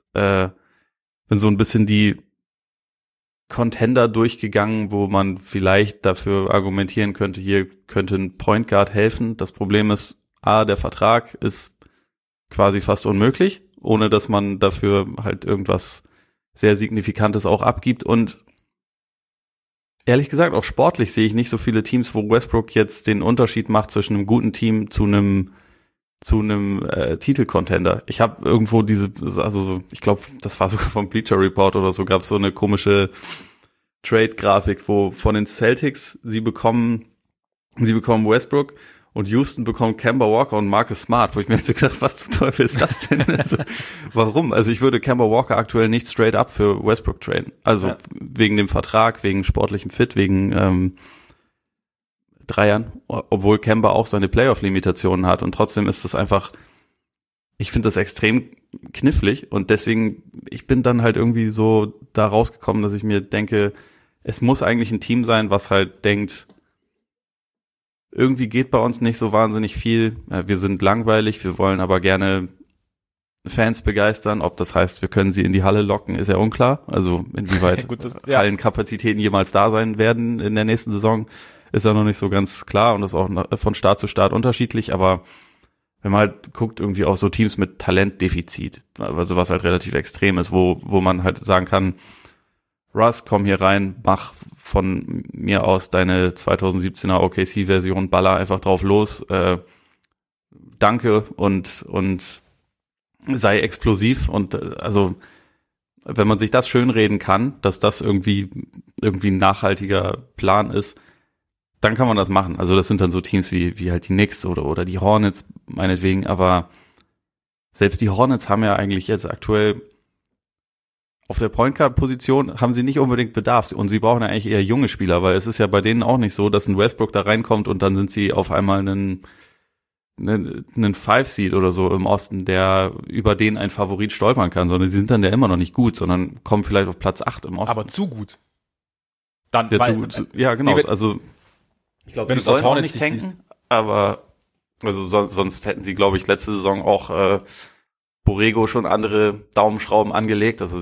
bin so ein bisschen die Contender durchgegangen, wo man vielleicht dafür argumentieren könnte, hier könnte ein Point Guard helfen. Das Problem ist, der Vertrag ist quasi fast unmöglich, ohne dass man dafür halt irgendwas sehr Signifikantes auch abgibt. Und ehrlich gesagt, auch sportlich sehe ich nicht so viele Teams, wo Westbrook jetzt den Unterschied macht zwischen einem guten Team zu einem Titelcontender. Ich habe irgendwo ich glaube, das war sogar vom Bleacher Report oder so, gab es so eine komische Trade-Grafik, wo von den Celtics sie bekommen Westbrook und Houston bekommt Kemba Walker und Marcus Smart, wo ich mir jetzt gedacht, was zum Teufel ist das denn? Also, warum? Also ich würde Kemba Walker aktuell nicht straight up für Westbrook traden. Also wegen dem Vertrag, wegen sportlichem Fit, wegen Dreiern, obwohl Kemba auch seine Playoff-Limitationen hat und trotzdem ist das einfach, ich finde das extrem knifflig und deswegen, ich bin dann halt irgendwie so da rausgekommen, dass ich mir denke, es muss eigentlich ein Team sein, was halt denkt, irgendwie geht bei uns nicht so wahnsinnig viel, wir sind langweilig, wir wollen aber gerne Fans begeistern, ob das heißt, wir können sie in die Halle locken, ist ja unklar, also inwieweit Hallenkapazitäten jemals da sein werden in der nächsten Saison, ist ja noch nicht so ganz klar und ist auch von Start zu Start unterschiedlich, aber wenn man halt guckt, irgendwie auch so Teams mit Talentdefizit, also was halt relativ extrem ist, wo man halt sagen kann, Russ, komm hier rein, mach von mir aus deine 2017er OKC-Version, baller einfach drauf los, danke und sei explosiv und also wenn man sich das schönreden kann, dass das irgendwie ein nachhaltiger Plan ist, dann kann man das machen. Also das sind dann so Teams wie halt die Knicks oder die Hornets meinetwegen, aber selbst die Hornets haben ja eigentlich jetzt aktuell auf der Point Guard Position haben sie nicht unbedingt Bedarf und sie brauchen ja eigentlich eher junge Spieler, weil es ist ja bei denen auch nicht so, dass ein Westbrook da reinkommt und dann sind sie auf einmal einen 5-Seed oder so im Osten, der über den ein Favorit stolpern kann, sondern sie sind dann ja immer noch nicht gut, sondern kommen vielleicht auf Platz 8 im Osten. Aber zu gut. Dann, ja, ja genau, also ich glaube, sie wollen auch nicht tanken, aber also sonst hätten sie, glaube ich, letzte Saison auch Borrego schon andere Daumenschrauben angelegt. Also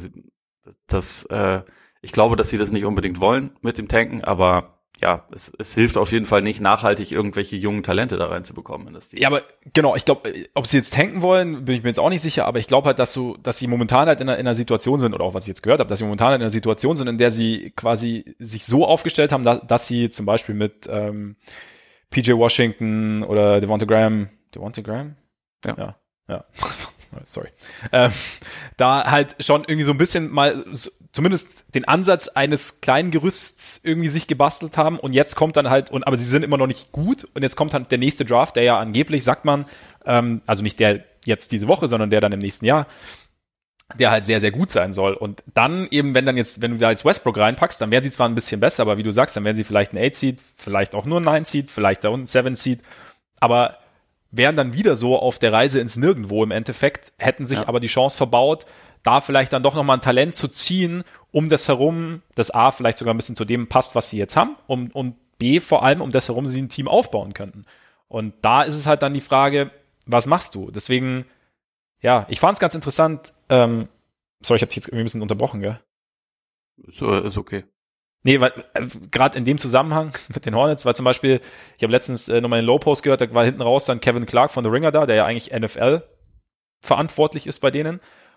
ich glaube, dass sie das nicht unbedingt wollen mit dem Tanken, aber ja, es hilft auf jeden Fall nicht, nachhaltig irgendwelche jungen Talente da reinzubekommen in das Team. Ja, aber genau, ich glaube, ob sie jetzt tanken wollen, bin ich mir jetzt auch nicht sicher, aber ich glaube halt, dass sie momentan halt in einer Situation sind, oder auch was ich jetzt gehört habe, dass sie momentan halt in einer Situation sind, in der sie quasi sich so aufgestellt haben, dass sie zum Beispiel mit PJ Washington oder Devonta Graham? Ja. Sorry. Da halt schon irgendwie so ein bisschen mal zumindest den Ansatz eines kleinen Gerüsts irgendwie sich gebastelt haben und jetzt kommt dann halt, aber sie sind immer noch nicht gut und jetzt kommt halt der nächste Draft, der ja angeblich, sagt man, also nicht der jetzt diese Woche, sondern der dann im nächsten Jahr, der halt sehr, sehr gut sein soll. Und dann eben, wenn du da jetzt Westbrook reinpackst, dann werden sie zwar ein bisschen besser, aber wie du sagst, dann werden sie vielleicht ein 8-Seed, vielleicht auch nur ein 9-Seed, vielleicht auch ein 7-Seed, aber wären dann wieder so auf der Reise ins Nirgendwo im Endeffekt, hätten sich aber die Chance verbaut, da vielleicht dann doch nochmal ein Talent zu ziehen, um das herum, das A vielleicht sogar ein bisschen zu dem passt, was sie jetzt haben, und B vor allem, um das herum sie ein Team aufbauen könnten. Und da ist es halt dann die Frage, was machst du? Deswegen, ja, ich fand es ganz interessant, sorry, ich habe dich jetzt irgendwie ein bisschen unterbrochen, gell? So, ist okay. Nee, weil gerade in dem Zusammenhang mit den Hornets, weil zum Beispiel, ich habe letztens nochmal einen Low-Post gehört, da war hinten raus dann Kevin Clark von The Ringer da, der ja eigentlich NFL verantwortlich ist bei denen,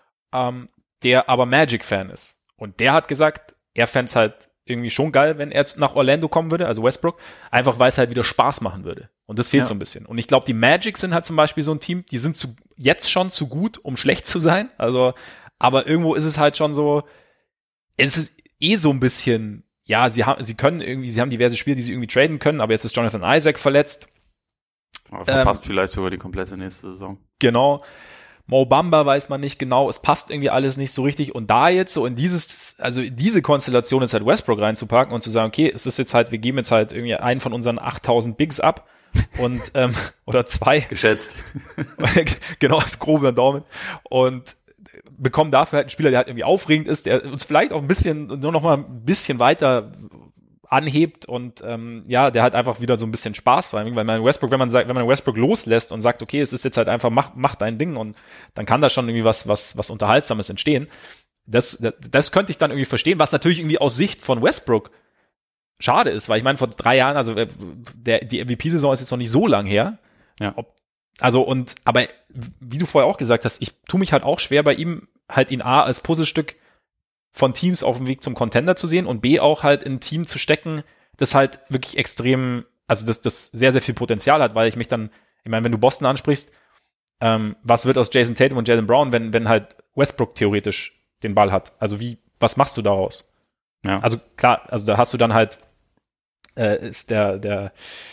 der aber Magic-Fan ist. Und der hat gesagt, er fände es halt irgendwie schon geil, wenn er jetzt nach Orlando kommen würde, also Westbrook, einfach weil es halt wieder Spaß machen würde. Und das fehlt so ein bisschen. Und ich glaube, die Magic sind halt zum Beispiel so ein Team, die sind jetzt schon zu gut, um schlecht zu sein. Also, aber irgendwo ist es halt schon so, es ist so ein bisschen, ja, sie haben diverse Spieler, die sie irgendwie traden können, aber jetzt ist Jonathan Isaac verletzt. Verpasst vielleicht sogar die komplette nächste Saison. Genau. Mo Bamba weiß man nicht genau, es passt irgendwie alles nicht so richtig und da jetzt so in diese Konstellation ist halt Westbrook reinzupacken und zu sagen, okay, es ist jetzt halt, wir geben jetzt halt irgendwie einen von unseren 8000 Bigs ab und, oder 2. Geschätzt. Genau, das grobe Daumen und bekommen dafür halt einen Spieler, der halt irgendwie aufregend ist, der uns vielleicht auch nur noch mal ein bisschen weiter anhebt und der halt einfach wieder so ein bisschen Spaß vor allem, weil man Westbrook, wenn man Westbrook loslässt und sagt, okay, es ist jetzt halt einfach, mach dein Ding und dann kann da schon irgendwie was Unterhaltsames entstehen. Das könnte ich dann irgendwie verstehen, was natürlich irgendwie aus Sicht von Westbrook schade ist, weil ich meine, vor 3 Jahren, also die MVP-Saison ist jetzt noch nicht so lang her. Ja. Aber wie du vorher auch gesagt hast, ich tue mich halt auch schwer bei ihm, halt ihn A als Puzzlestück von Teams auf dem Weg zum Contender zu sehen und B auch halt in ein Team zu stecken, das halt wirklich extrem, also das sehr, sehr viel Potenzial hat, weil ich meine, wenn du Boston ansprichst, was wird aus Jason Tatum und Jaylen Brown, wenn halt Westbrook theoretisch den Ball hat? Also was machst du daraus? Ja. Also klar, also da hast du dann halt ist der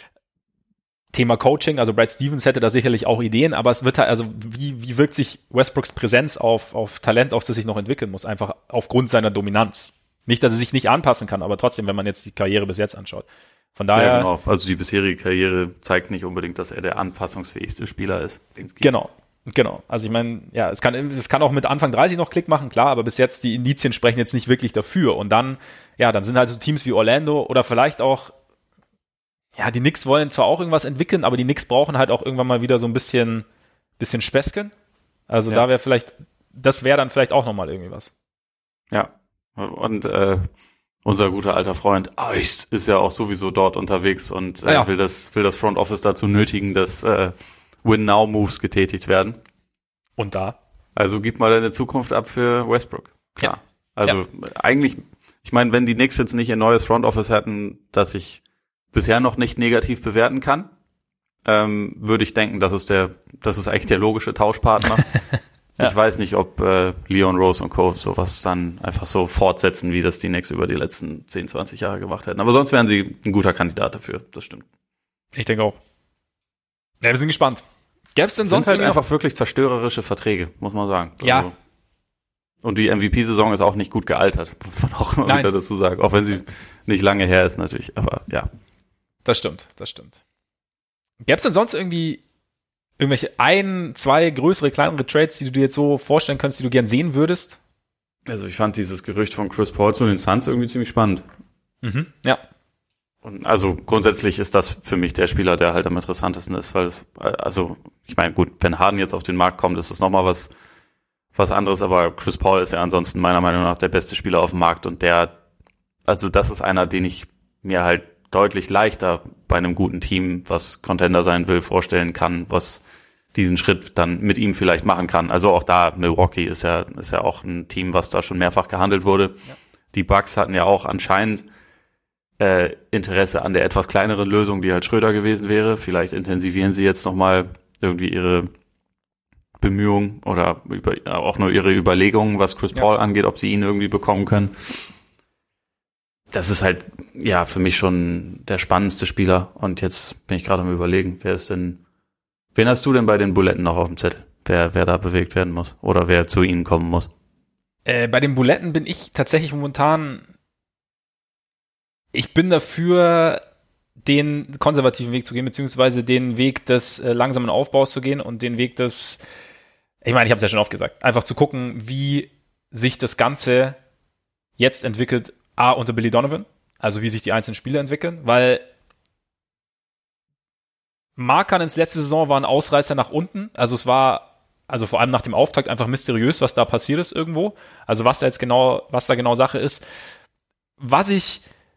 Thema Coaching, also Brad Stevens hätte da sicherlich auch Ideen, aber es wird halt, also wie wirkt sich Westbrooks Präsenz auf Talent aus, das sich noch entwickeln muss, einfach aufgrund seiner Dominanz. Nicht, dass er sich nicht anpassen kann, aber trotzdem, wenn man jetzt die Karriere bis jetzt anschaut. Von daher. Ja, genau. Also die bisherige Karriere zeigt nicht unbedingt, dass er der anpassungsfähigste Spieler ist. Genau. Also ich meine, ja, es kann auch mit Anfang 30 noch Klick machen, klar, aber bis jetzt die Indizien sprechen jetzt nicht wirklich dafür. Und dann sind halt so Teams wie Orlando oder vielleicht auch, ja, die Knicks wollen zwar auch irgendwas entwickeln, aber die Knicks brauchen halt auch irgendwann mal wieder so ein bisschen Späßchen. Also da das wäre dann vielleicht auch nochmal irgendwie was. Ja. Und unser guter alter Freund Ice ist ja auch sowieso dort unterwegs und will das Front Office dazu nötigen, dass Win-Now-Moves getätigt werden. Und da? Also gib mal deine Zukunft ab für Westbrook. Klar. Ja. Also eigentlich, ich meine, wenn die Knicks jetzt nicht ein neues Front Office hätten, das ich bisher noch nicht negativ bewerten kann, würde ich denken, das ist eigentlich der logische Tauschpartner. Ja. Ich weiß nicht, ob Leon Rose und Co. sowas dann einfach so fortsetzen, wie das die Knicks über die letzten 10, 20 Jahre gemacht hätten. Aber sonst wären sie ein guter Kandidat dafür, das stimmt. Ich denke auch. Ja, wir sind gespannt. Gäbe es denn sonst halt einfach wirklich zerstörerische Verträge, muss man sagen. Ja. Also, und die MVP-Saison ist auch nicht gut gealtert, muss man auch immer wieder dazu sagen. Auch wenn sie nicht lange her ist natürlich, aber ja. Das stimmt. Gäbe es denn sonst irgendwie irgendwelche 1, 2 größere, kleinere Trades, die du dir jetzt so vorstellen könntest, die du gern sehen würdest? Also ich fand dieses Gerücht von Chris Paul zu den Suns irgendwie ziemlich spannend. Mhm, ja. Und also grundsätzlich ist das für mich der Spieler, der halt am interessantesten ist, weil ich meine, gut, wenn Harden jetzt auf den Markt kommt, ist das nochmal was anderes, aber Chris Paul ist ja ansonsten meiner Meinung nach der beste Spieler auf dem Markt und das ist einer, den ich mir halt deutlich leichter bei einem guten Team, was Contender sein will, vorstellen kann, was diesen Schritt dann mit ihm vielleicht machen kann. Also auch da, Milwaukee ist ja auch ein Team, was da schon mehrfach gehandelt wurde. Ja. Die Bucks hatten ja auch anscheinend Interesse an der etwas kleineren Lösung, die halt Schröder gewesen wäre. Vielleicht intensivieren sie jetzt nochmal irgendwie ihre Bemühungen oder auch nur ihre Überlegungen, was Chris Paul angeht, ob sie ihn irgendwie bekommen können. Das ist halt, ja, für mich schon der spannendste Spieler. Und jetzt bin ich gerade am Überlegen, wen hast du denn bei den Buletten noch auf dem Zettel? Wer da bewegt werden muss oder wer zu ihnen kommen muss? Bei den Buletten bin ich tatsächlich momentan, ich bin dafür, den konservativen Weg zu gehen, beziehungsweise den Weg des langsamen Aufbaus zu gehen und den Weg des, ich meine, ich habe es ja schon oft gesagt, einfach zu gucken, wie sich das Ganze jetzt entwickelt, unter Billy Donovan, also wie sich die einzelnen Spiele entwickeln, weil Markkanens letzte Saison war ein Ausreißer nach unten, also es war, also vor allem nach dem Auftakt einfach mysteriös, was da passiert ist irgendwo, also was da genau Sache ist. Was ich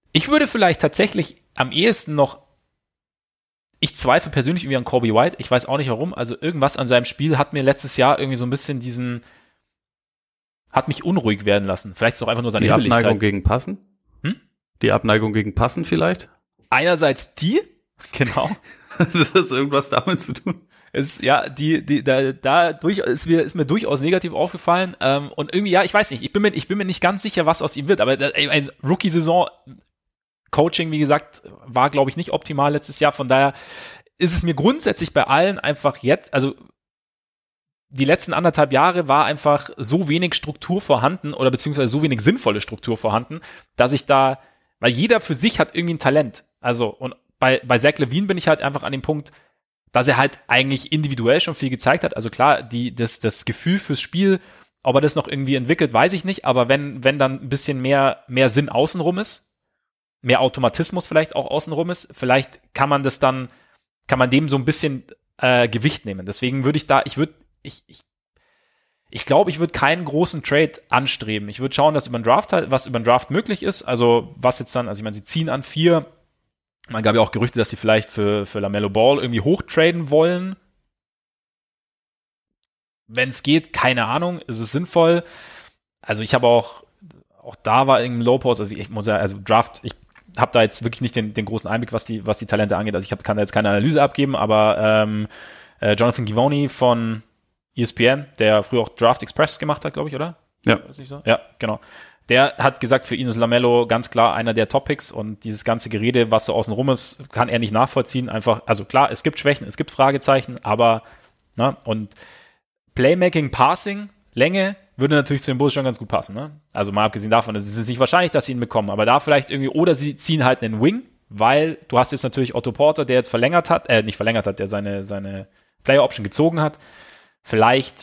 Ich würde vielleicht tatsächlich am ehesten noch, ich zweifle persönlich irgendwie an Kobe White, ich weiß auch nicht warum, also irgendwas an seinem Spiel hat mir letztes Jahr irgendwie so ein bisschen hat mich unruhig werden lassen. Vielleicht ist es auch einfach nur seine Hibbeligkeit. Die Abneigung gegen Passen? Die Abneigung gegen Passen vielleicht? Einerseits die, genau. Das hat irgendwas damit zu tun. Es, ja, ist mir durchaus negativ aufgefallen. Und irgendwie, ja, ich weiß nicht, ich bin mir nicht ganz sicher, was aus ihm wird. Aber ein Rookie-Saison Coaching, wie gesagt, war, glaube ich, nicht optimal letztes Jahr. Von daher ist es mir grundsätzlich bei allen einfach jetzt, also die letzten 1,5 Jahre war einfach so wenig Struktur vorhanden oder beziehungsweise so wenig sinnvolle Struktur vorhanden, dass ich da, weil jeder für sich hat irgendwie ein Talent. Also, und bei Zach LaVine bin ich halt einfach an dem Punkt, dass er halt eigentlich individuell schon viel gezeigt hat. Also klar, das Gefühl fürs Spiel, ob er das noch irgendwie entwickelt, weiß ich nicht. Aber wenn dann ein bisschen mehr Sinn außenrum ist, mehr Automatismus vielleicht auch außenrum ist, vielleicht kann man dem so ein bisschen Gewicht nehmen. Deswegen würde ich glaube, ich würde keinen großen Trade anstreben. Ich würde schauen, dass was über den Draft möglich ist. Also was jetzt dann, also ich meine, sie ziehen an 4. Man gab ja auch Gerüchte, dass sie vielleicht für LaMelo Ball irgendwie hochtraden wollen. Wenn es geht, keine Ahnung, ist es sinnvoll. Also ich habe auch da war irgendein Low-Post, also ich muss ja, also Draft, ich habe da jetzt wirklich nicht den großen Einblick, was die Talente angeht. Also kann da jetzt keine Analyse abgeben, aber Jonathan Givony von ESPN, der früher auch Draft Express gemacht hat, glaube ich, oder? Ja. Ist nicht so? Ja, genau. Der hat gesagt, für ihn ist LaMelo ganz klar einer der Top-Picks und dieses ganze Gerede, was so außenrum ist, kann er nicht nachvollziehen. Einfach, also klar, es gibt Schwächen, es gibt Fragezeichen, aber, ne, und Playmaking, Passing, Länge würde natürlich zu den Bulls schon ganz gut passen, ne? Also mal abgesehen davon, es ist nicht wahrscheinlich, dass sie ihn bekommen, aber da vielleicht irgendwie, oder sie ziehen halt einen Wing, weil du hast jetzt natürlich Otto Porter, der jetzt nicht verlängert hat, der seine Player-Option gezogen hat. Vielleicht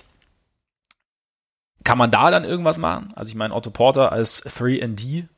kann man da dann irgendwas machen? Also ich meine, Otto Porter als 3&D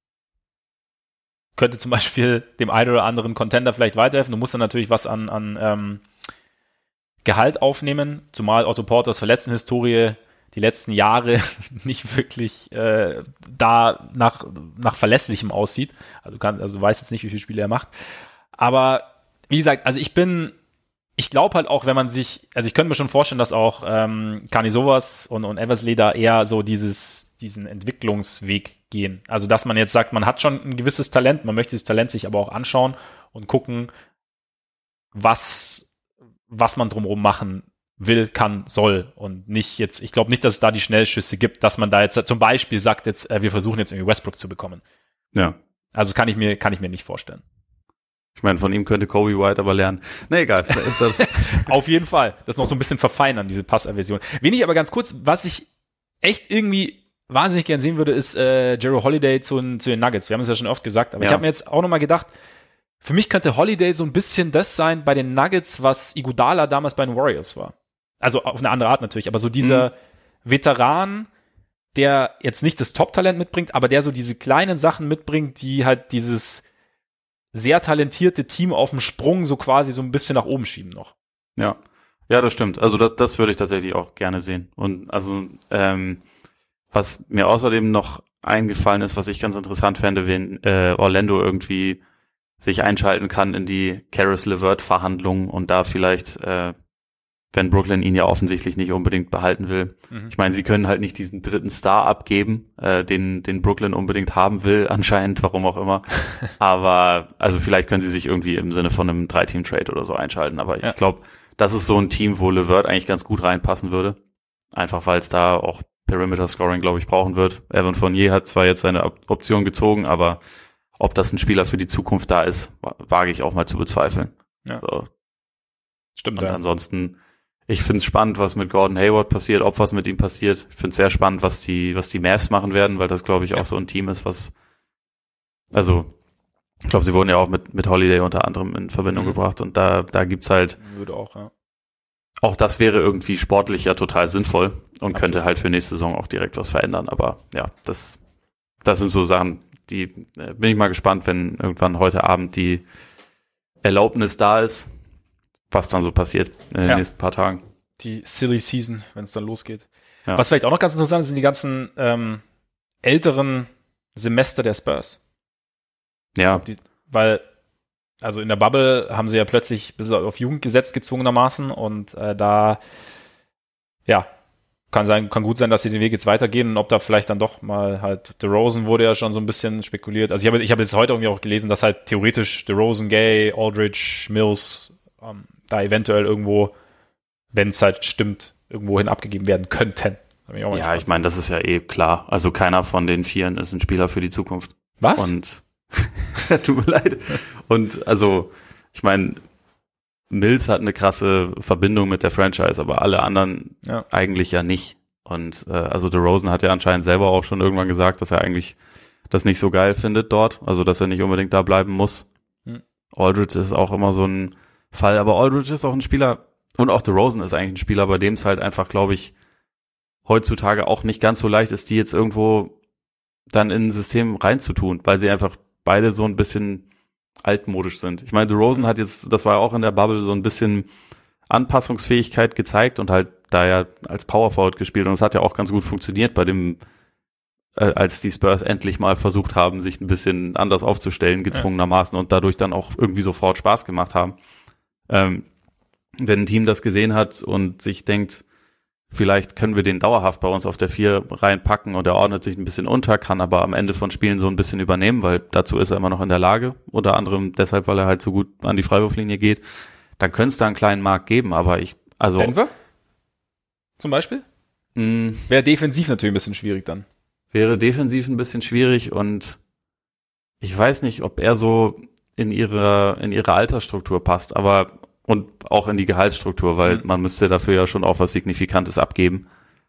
könnte zum Beispiel dem einen oder anderen Contender vielleicht weiterhelfen. Du musst dann natürlich was an Gehalt aufnehmen, zumal Otto Porters Verletztenhistorie die letzten Jahre nicht wirklich da nach Verlässlichem aussieht. Also du weißt jetzt nicht, wie viele Spiele er macht. Aber wie gesagt, also ich glaube halt auch, wenn man sich, also ich könnte mir schon vorstellen, dass auch Karnisovas und Eversley da eher so diesen Entwicklungsweg gehen. Also dass man jetzt sagt, man hat schon ein gewisses Talent, man möchte das Talent sich aber auch anschauen und gucken, was man drumherum machen will, kann, soll und nicht jetzt, ich glaube nicht, dass es da die Schnellschüsse gibt, dass man da jetzt zum Beispiel sagt, jetzt wir versuchen jetzt irgendwie Westbrook zu bekommen. Ja. Also kann ich mir nicht vorstellen. Ich meine, von ihm könnte Kobe White aber lernen. Nee, egal. Auf jeden Fall. Das noch so ein bisschen verfeinern, diese Passaversion. Wen ich aber ganz kurz, was ich echt irgendwie wahnsinnig gern sehen würde, ist Jrue Holiday zu den Nuggets. Wir haben es ja schon oft gesagt, aber ich habe mir jetzt auch nochmal gedacht, für mich könnte Holiday so ein bisschen das sein bei den Nuggets, was Iguodala damals bei den Warriors war. Also auf eine andere Art natürlich, aber so dieser Veteran, der jetzt nicht das Top-Talent mitbringt, aber der so diese kleinen Sachen mitbringt, die halt dieses sehr talentierte Team auf dem Sprung so quasi so ein bisschen nach oben schieben noch. Ja, das stimmt. Also das würde ich tatsächlich auch gerne sehen. Und also was mir außerdem noch eingefallen ist, was ich ganz interessant fände, wenn Orlando irgendwie sich einschalten kann in die Caris LeVert-Verhandlungen und da vielleicht, wenn Brooklyn ihn ja offensichtlich nicht unbedingt behalten will. Ich meine, sie können halt nicht diesen dritten Star abgeben, den Brooklyn unbedingt haben will, anscheinend, warum auch immer. Aber also vielleicht können sie sich irgendwie im Sinne von einem 3-Team-Trade oder so einschalten. Aber ich glaube, das ist so ein Team, wo LeVert eigentlich ganz gut reinpassen würde. Einfach weil es da auch Perimeter-Scoring, glaube ich, brauchen wird. Evan Fournier hat zwar jetzt seine Option gezogen, aber ob das ein Spieler für die Zukunft da ist, wage ich auch mal zu bezweifeln. Ja. So. Stimmt. Und ansonsten, ich finde es spannend, was mit Gordon Hayward passiert, ob was mit ihm passiert. Ich finde es sehr spannend, was die Mavs machen werden, weil das, glaube ich, auch so ein Team ist, also ich glaube, sie wurden ja auch mit Holiday unter anderem in Verbindung gebracht und da gibt's halt würde auch, ja. Auch das wäre irgendwie sportlich ja total sinnvoll und könnte halt für nächste Saison auch direkt was verändern. Aber ja, das sind so Sachen, die bin ich mal gespannt, wenn irgendwann heute Abend die Erlaubnis da ist, was dann so passiert in den nächsten paar Tagen. Die Silly Season, wenn es dann losgeht. Ja. Was vielleicht auch noch ganz interessant ist, sind die ganzen älteren Semester der Spurs. Ja. Weil, also in der Bubble haben sie ja plötzlich ein bisschen auf Jugend gesetzt, gezwungenermaßen, und da, ja, kann gut sein, dass sie den Weg jetzt weitergehen, und ob da vielleicht dann doch mal halt DeRozan wurde ja schon so ein bisschen spekuliert. Also ich habe jetzt heute irgendwie auch gelesen, dass halt theoretisch DeRozan, Gay, Aldridge, Mills da eventuell irgendwo, wenn es halt stimmt, irgendwohin abgegeben werden könnten. Ja, ich meine, das ist ja eh klar. Also keiner von den Vieren ist ein Spieler für die Zukunft. Was? Und tut mir leid. Und also, ich meine, Mills hat eine krasse Verbindung mit der Franchise, aber alle anderen eigentlich ja nicht. Und also DeRozan hat ja anscheinend selber auch schon irgendwann gesagt, dass er eigentlich das nicht so geil findet dort, also dass er nicht unbedingt da bleiben muss. Aldridge ist auch immer so ein Fall, aber Aldridge ist auch ein Spieler, und auch DeRozan ist eigentlich ein Spieler, bei dem es halt einfach, glaube ich, heutzutage auch nicht ganz so leicht ist, die jetzt irgendwo dann in ein System reinzutun, weil sie einfach beide so ein bisschen altmodisch sind. Ich meine, DeRozan hat jetzt, das war ja auch in der Bubble, so ein bisschen Anpassungsfähigkeit gezeigt und halt da ja als Power Forward gespielt, und es hat ja auch ganz gut funktioniert bei dem, als die Spurs endlich mal versucht haben, sich ein bisschen anders aufzustellen, gezwungenermaßen, und dadurch dann auch irgendwie sofort Spaß gemacht haben. Wenn ein Team das gesehen hat und sich denkt, vielleicht können wir den dauerhaft bei uns auf der 4 reinpacken und er ordnet sich ein bisschen unter, kann aber am Ende von Spielen so ein bisschen übernehmen, weil dazu ist er immer noch in der Lage, unter anderem deshalb, weil er halt so gut an die Freiwurflinie geht, dann könnte es da einen kleinen Markt geben, aber Denver? Zum Beispiel? Wäre defensiv natürlich ein bisschen schwierig dann. Wäre defensiv ein bisschen schwierig, und ich weiß nicht, ob er so in ihre Altersstruktur passt, aber und auch in die Gehaltsstruktur, weil man müsste dafür ja schon auch was Signifikantes abgeben.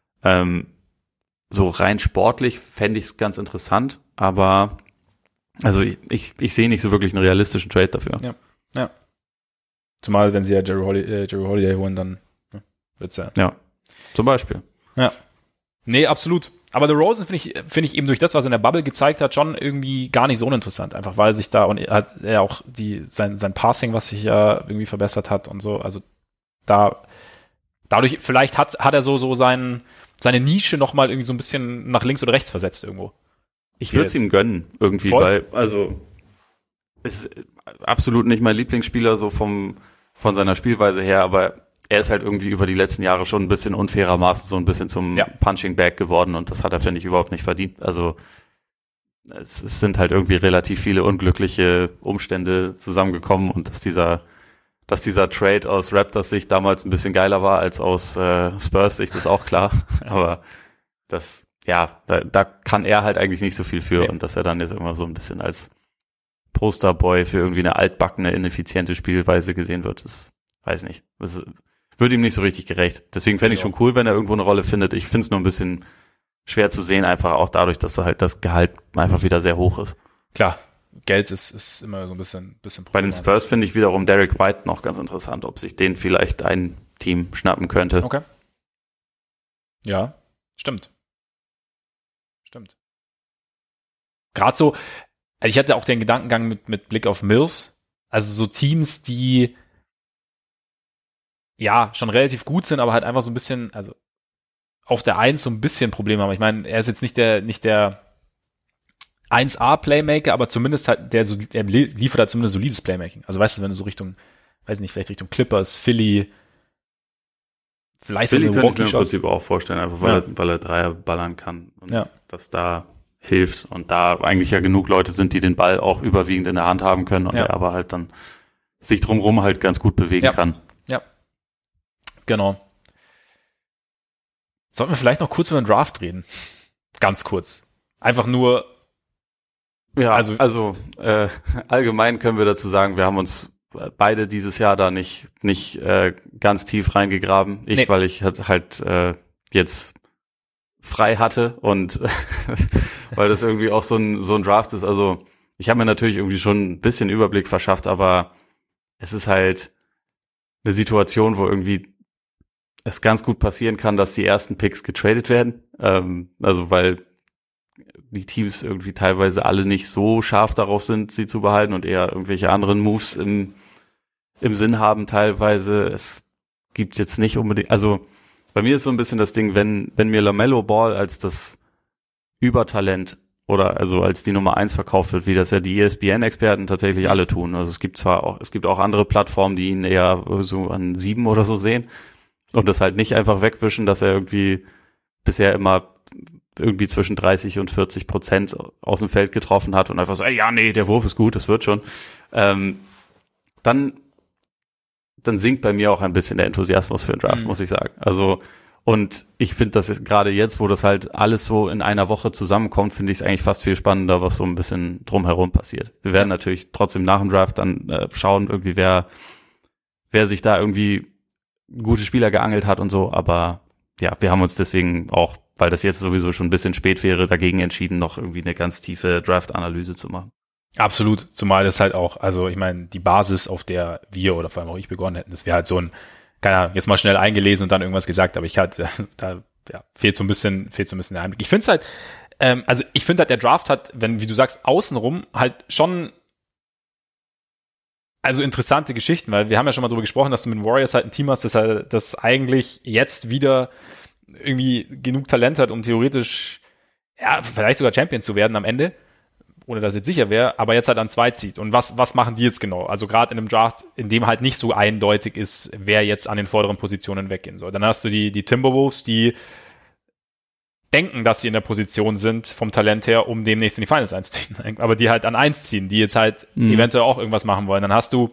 So rein sportlich fände ich es ganz interessant, aber also ich sehe nicht so wirklich einen realistischen Trade dafür. Ja. Zumal, wenn sie ja Jerry Holiday holen, dann wird's ja. Ja, zum Beispiel. Ja. Nee, absolut. Aber DeRozan finde ich eben durch das, was er in der Bubble gezeigt hat, schon irgendwie gar nicht so uninteressant. Einfach weil sich da, und er hat ja auch sein Passing, was sich ja irgendwie verbessert hat und so. Also dadurch, vielleicht hat er so seine Nische nochmal irgendwie so ein bisschen nach links oder rechts versetzt irgendwo. Ich würde es ihm gönnen, irgendwie, weil, also, ist absolut nicht mein Lieblingsspieler so von seiner Spielweise her, aber er ist halt irgendwie über die letzten Jahre schon ein bisschen unfairermaßen so ein bisschen zum Punching Bag geworden, und das hat er, finde ich, überhaupt nicht verdient. Also es sind halt irgendwie relativ viele unglückliche Umstände zusammengekommen, und dass dieser Trade aus Raptors Sicht damals ein bisschen geiler war als aus Spurs Sicht, ist auch klar. Aber das, da kann er halt eigentlich nicht so viel für, und dass er dann jetzt immer so ein bisschen als Posterboy für irgendwie eine altbackene, ineffiziente Spielweise gesehen wird, das weiß nicht. Das wird ihm nicht so richtig gerecht. Deswegen fände ich schon cool, wenn er irgendwo eine Rolle findet. Ich finde es nur ein bisschen schwer zu sehen, einfach auch dadurch, dass da halt das Gehalt einfach wieder sehr hoch ist. Klar, Geld ist immer so ein bisschen Bei den Spurs finde ich wiederum Derek White noch ganz interessant, ob sich den vielleicht ein Team schnappen könnte. Okay. Ja, stimmt. Gerade so, also ich hatte auch den Gedankengang mit Blick auf Mills, also so Teams, die ja schon relativ gut sind, aber halt einfach so ein bisschen, also auf der 1 so ein bisschen Probleme haben. Ich meine, er ist jetzt nicht der 1A-Playmaker, aber zumindest halt er liefert halt zumindest solides Playmaking. Also weißt du, wenn du so Richtung, weiß nicht, vielleicht Richtung Clippers, Philly, vielleicht Philly könnte ich mir im Prinzip auch vorstellen, einfach weil er Dreier ballern kann und das da hilft und da eigentlich ja genug Leute sind, die den Ball auch überwiegend in der Hand haben können und er aber halt dann sich drumherum halt ganz gut bewegen kann. Ja, genau. Sollten wir vielleicht noch kurz über den Draft reden? Ganz kurz. Einfach nur. Ja, also allgemein können wir dazu sagen, wir haben uns beide dieses Jahr da nicht ganz tief reingegraben. Weil ich halt jetzt frei hatte und weil das irgendwie auch so ein Draft ist. Also ich habe mir natürlich irgendwie schon ein bisschen Überblick verschafft, aber es ist halt eine Situation, wo irgendwie es ganz gut passieren kann, dass die ersten Picks getradet werden. Also weil die Teams irgendwie teilweise alle nicht so scharf darauf sind, sie zu behalten und eher irgendwelche anderen Moves im Sinn haben teilweise. Es gibt jetzt nicht unbedingt, also bei mir ist so ein bisschen das Ding, wenn mir LaMelo Ball als das Übertalent oder also als die Nummer 1 verkauft wird, wie das ja die ESPN-Experten tatsächlich alle tun. Also es gibt auch andere Plattformen, die ihn eher so an 7 oder so sehen und das halt nicht einfach wegwischen, dass er irgendwie bisher immer irgendwie zwischen 30 und 40% aus dem Feld getroffen hat und einfach so, ja, nee, der Wurf ist gut, das wird schon. Dann sinkt bei mir auch ein bisschen der Enthusiasmus für den Draft, muss ich sagen. Also, und ich finde, dass gerade jetzt, wo das halt alles so in einer Woche zusammenkommt, finde ich es eigentlich fast viel spannender, was so ein bisschen drumherum passiert. Wir werden natürlich trotzdem nach dem Draft dann schauen, irgendwie wer sich da irgendwie gute Spieler geangelt hat und so, aber ja, wir haben uns deswegen auch, weil das jetzt sowieso schon ein bisschen spät wäre, dagegen entschieden, noch irgendwie eine ganz tiefe Draft-Analyse zu machen. Absolut, zumal das halt auch, also ich meine, die Basis, auf der wir oder vor allem auch ich begonnen hätten, das wäre halt so ein, keine Ahnung, jetzt mal schnell eingelesen und dann irgendwas gesagt, aber ich hatte, da fehlt so ein bisschen der Einblick. Ich finde es halt, also ich finde halt, der Draft hat, wie du sagst, außenrum halt schon also interessante Geschichten, weil wir haben ja schon mal drüber gesprochen, dass du mit den Warriors halt ein Team hast, das eigentlich jetzt wieder irgendwie genug Talent hat, um theoretisch, ja, vielleicht sogar Champion zu werden am Ende, ohne dass es jetzt sicher wäre, aber jetzt halt an 2 zieht. Und was machen die jetzt genau? Also gerade in einem Draft, in dem halt nicht so eindeutig ist, wer jetzt an den vorderen Positionen weggehen soll. Dann hast du die Timberwolves, die denken, dass sie in der Position sind, vom Talent her, um demnächst in die Finals einzuziehen. Aber die halt an 1 ziehen, die jetzt halt eventuell auch irgendwas machen wollen. Dann hast du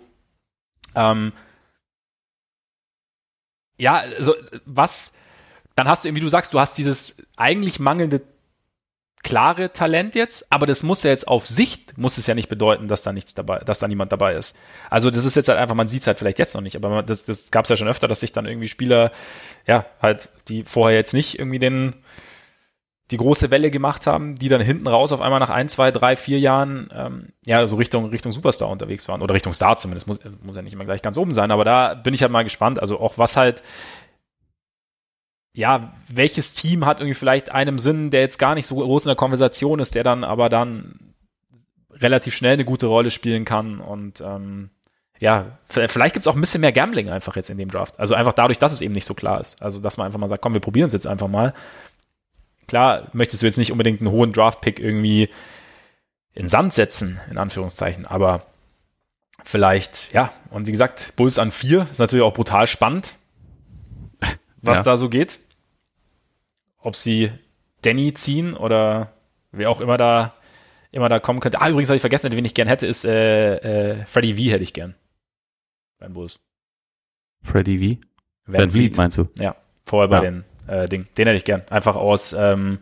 dann hast du eben, wie du sagst, du hast dieses eigentlich mangelnde klare Talent jetzt, aber das muss ja jetzt auf Sicht, muss es ja nicht bedeuten, dass da niemand dabei ist. Also das ist jetzt halt einfach, man sieht es halt vielleicht jetzt noch nicht, aber das gab es ja schon öfter, dass sich dann irgendwie Spieler, ja, halt, die vorher jetzt nicht irgendwie die große Welle gemacht haben, die dann hinten raus auf einmal nach 1, 2, 3, 4 Jahren so Richtung Superstar unterwegs waren oder Richtung Star zumindest, muss ja nicht immer gleich ganz oben sein, aber da bin ich halt mal gespannt, also auch was halt ja, welches Team hat irgendwie vielleicht einen Sinn, der jetzt gar nicht so groß in der Konversation ist, der dann aber dann relativ schnell eine gute Rolle spielen kann und vielleicht gibt's auch ein bisschen mehr Gambling einfach jetzt in dem Draft. Also einfach dadurch, dass es eben nicht so klar ist. Also dass man einfach mal sagt, komm, wir probieren es jetzt einfach mal. Klar, möchtest du jetzt nicht unbedingt einen hohen Draft-Pick irgendwie in Sand setzen, in Anführungszeichen, aber vielleicht, ja, und wie gesagt, Bulls an 4 ist natürlich auch brutal spannend, was da so geht. Ob sie Danny ziehen oder wer auch immer da kommen könnte. Übrigens, was ich vergessen hätte, wen ich gern hätte, ist Freddie V hätte ich gern. Beim Bulls. Freddie V? Van Vliet meinst du? Ja, vorher bei den Ding. Den hätte ich gern. Einfach aus, weil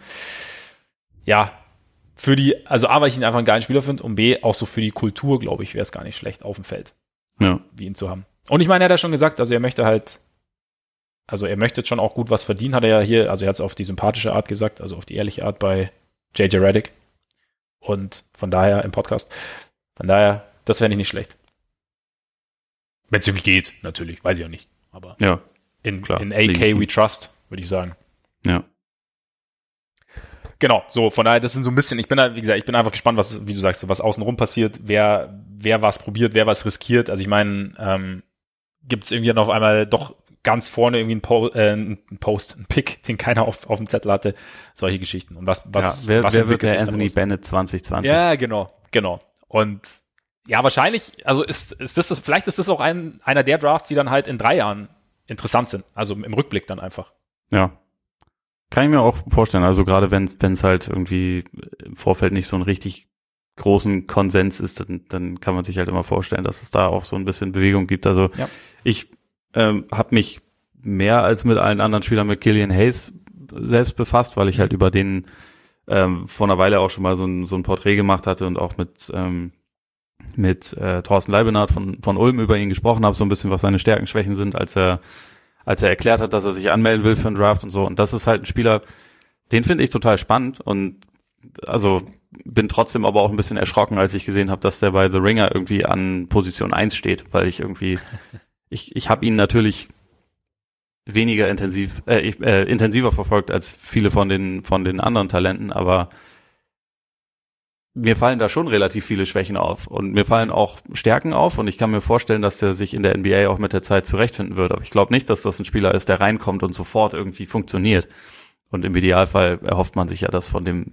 ich ihn einfach einen geilen Spieler finde und B, auch so für die Kultur, glaube ich, wäre es gar nicht schlecht, auf dem Feld. Ja. Wie ihn zu haben. Und ich meine, er hat ja schon gesagt, er möchte jetzt schon auch gut was verdienen, hat er ja hier, also er hat es auf die sympathische Art gesagt, also auf die ehrliche Art bei JJ Redick. Und von daher im Podcast. Von daher, das wäre nicht schlecht. Wenn es irgendwie geht, natürlich, weiß ich auch nicht. Aber ja, in AK we trust, würde ich sagen. Ja. Genau, so, von daher, das sind so ein bisschen, ich bin einfach gespannt, wie du sagst, was außenrum passiert, wer was probiert, wer was riskiert. Also ich meine, gibt es irgendwie dann auf einmal doch ganz vorne irgendwie einen Pick, den keiner auf dem Zettel hatte, solche Geschichten. Und wer wird der Anthony Bennett 2020? Ja, genau. Und ja, wahrscheinlich, also vielleicht ist das auch einer der Drafts, die dann halt in 3 Jahren interessant sind, also im Rückblick dann einfach. Ja. Kann ich mir auch vorstellen, also gerade wenn es halt irgendwie im Vorfeld nicht so einen richtig großen Konsens ist, dann kann man sich halt immer vorstellen, dass es da auch so ein bisschen Bewegung gibt. Also ich habe mich mehr als mit allen anderen Spielern mit Killian Hayes selbst befasst, weil ich halt über den vor einer Weile auch schon mal so ein Porträt gemacht hatte und auch mit Thorsten Leibenhardt von Ulm über ihn gesprochen habe, so ein bisschen, was seine Stärken, Schwächen sind, als er erklärt hat, dass er sich anmelden will für einen Draft und so. Und das ist halt ein Spieler, den finde ich total spannend und also bin trotzdem aber auch ein bisschen erschrocken, als ich gesehen habe, dass der bei The Ringer irgendwie an Position 1 steht, weil ich irgendwie ich habe ihn natürlich weniger intensiver verfolgt als viele von den anderen Talenten, aber mir fallen da schon relativ viele Schwächen auf und mir fallen auch Stärken auf und ich kann mir vorstellen, dass der sich in der NBA auch mit der Zeit zurechtfinden wird, aber ich glaube nicht, dass das ein Spieler ist, der reinkommt und sofort irgendwie funktioniert und im Idealfall erhofft man sich ja das von dem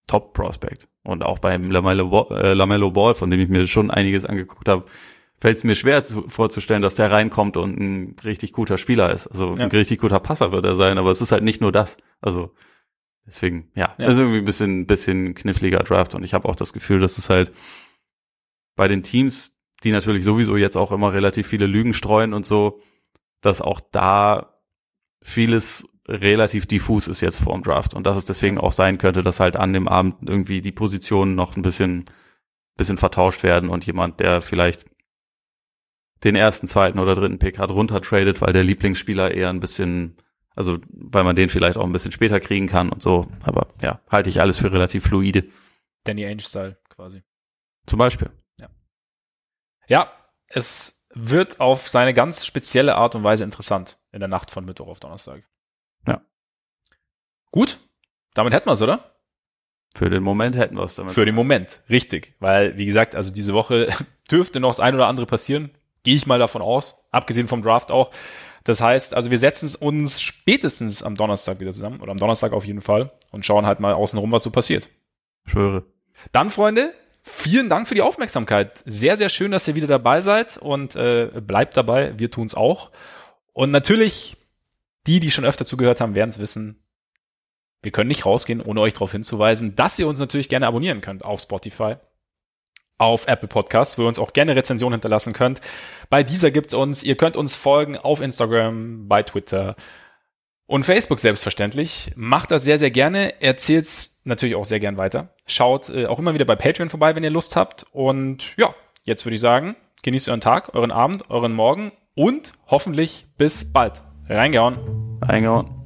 Top-Prospect. Und auch beim Lamelo Ball, von dem ich mir schon einiges angeguckt habe, fällt es mir schwer vorzustellen, dass der reinkommt und ein richtig guter Spieler ist. Also ein richtig guter Passer wird er sein, aber es ist halt nicht nur das. Also deswegen, ist irgendwie ein bisschen kniffliger Draft. Und ich habe auch das Gefühl, dass es halt bei den Teams, die natürlich sowieso jetzt auch immer relativ viele Lügen streuen und so, dass auch da vieles relativ diffus ist jetzt vor dem Draft und dass es deswegen auch sein könnte, dass halt an dem Abend irgendwie die Positionen noch ein bisschen vertauscht werden und jemand, der vielleicht den ersten, zweiten oder dritten Pick hat, runtertradet, weil der Lieblingsspieler eher ein bisschen, also weil man den vielleicht auch ein bisschen später kriegen kann und so. Aber ja, halte ich alles für relativ fluide. Danny Ainge-Style quasi. Zum Beispiel. Ja, es wird auf seine ganz spezielle Art und Weise interessant in der Nacht von Mittwoch auf Donnerstag. Ja. Gut, damit hätten wir es, oder? Für den Moment hätten wir es damit. Für den Moment, richtig. Weil, wie gesagt, also diese Woche dürfte noch das ein oder andere passieren. Gehe ich mal davon aus. Abgesehen vom Draft auch. Das heißt, also wir setzen uns spätestens am Donnerstag wieder zusammen. Oder am Donnerstag auf jeden Fall. Und schauen halt mal außenrum, was so passiert. Schwöre. Dann, Freunde, vielen Dank für die Aufmerksamkeit. Sehr, sehr schön, dass ihr wieder dabei seid. Und bleibt dabei. Wir tun's auch. Und natürlich, die schon öfter zugehört haben, werden es wissen. Wir können nicht rausgehen, ohne euch darauf hinzuweisen, dass ihr uns natürlich gerne abonnieren könnt auf Spotify, auf Apple Podcasts, wo ihr uns auch gerne Rezensionen hinterlassen könnt. Bei dieser ihr könnt uns folgen auf Instagram, bei Twitter und Facebook selbstverständlich. Macht das sehr, sehr gerne. Erzählt's natürlich auch sehr gern weiter. Schaut auch immer wieder bei Patreon vorbei, wenn ihr Lust habt. Und ja, jetzt würde ich sagen, genießt euren Tag, euren Abend, euren Morgen und hoffentlich bis bald. Reingehauen.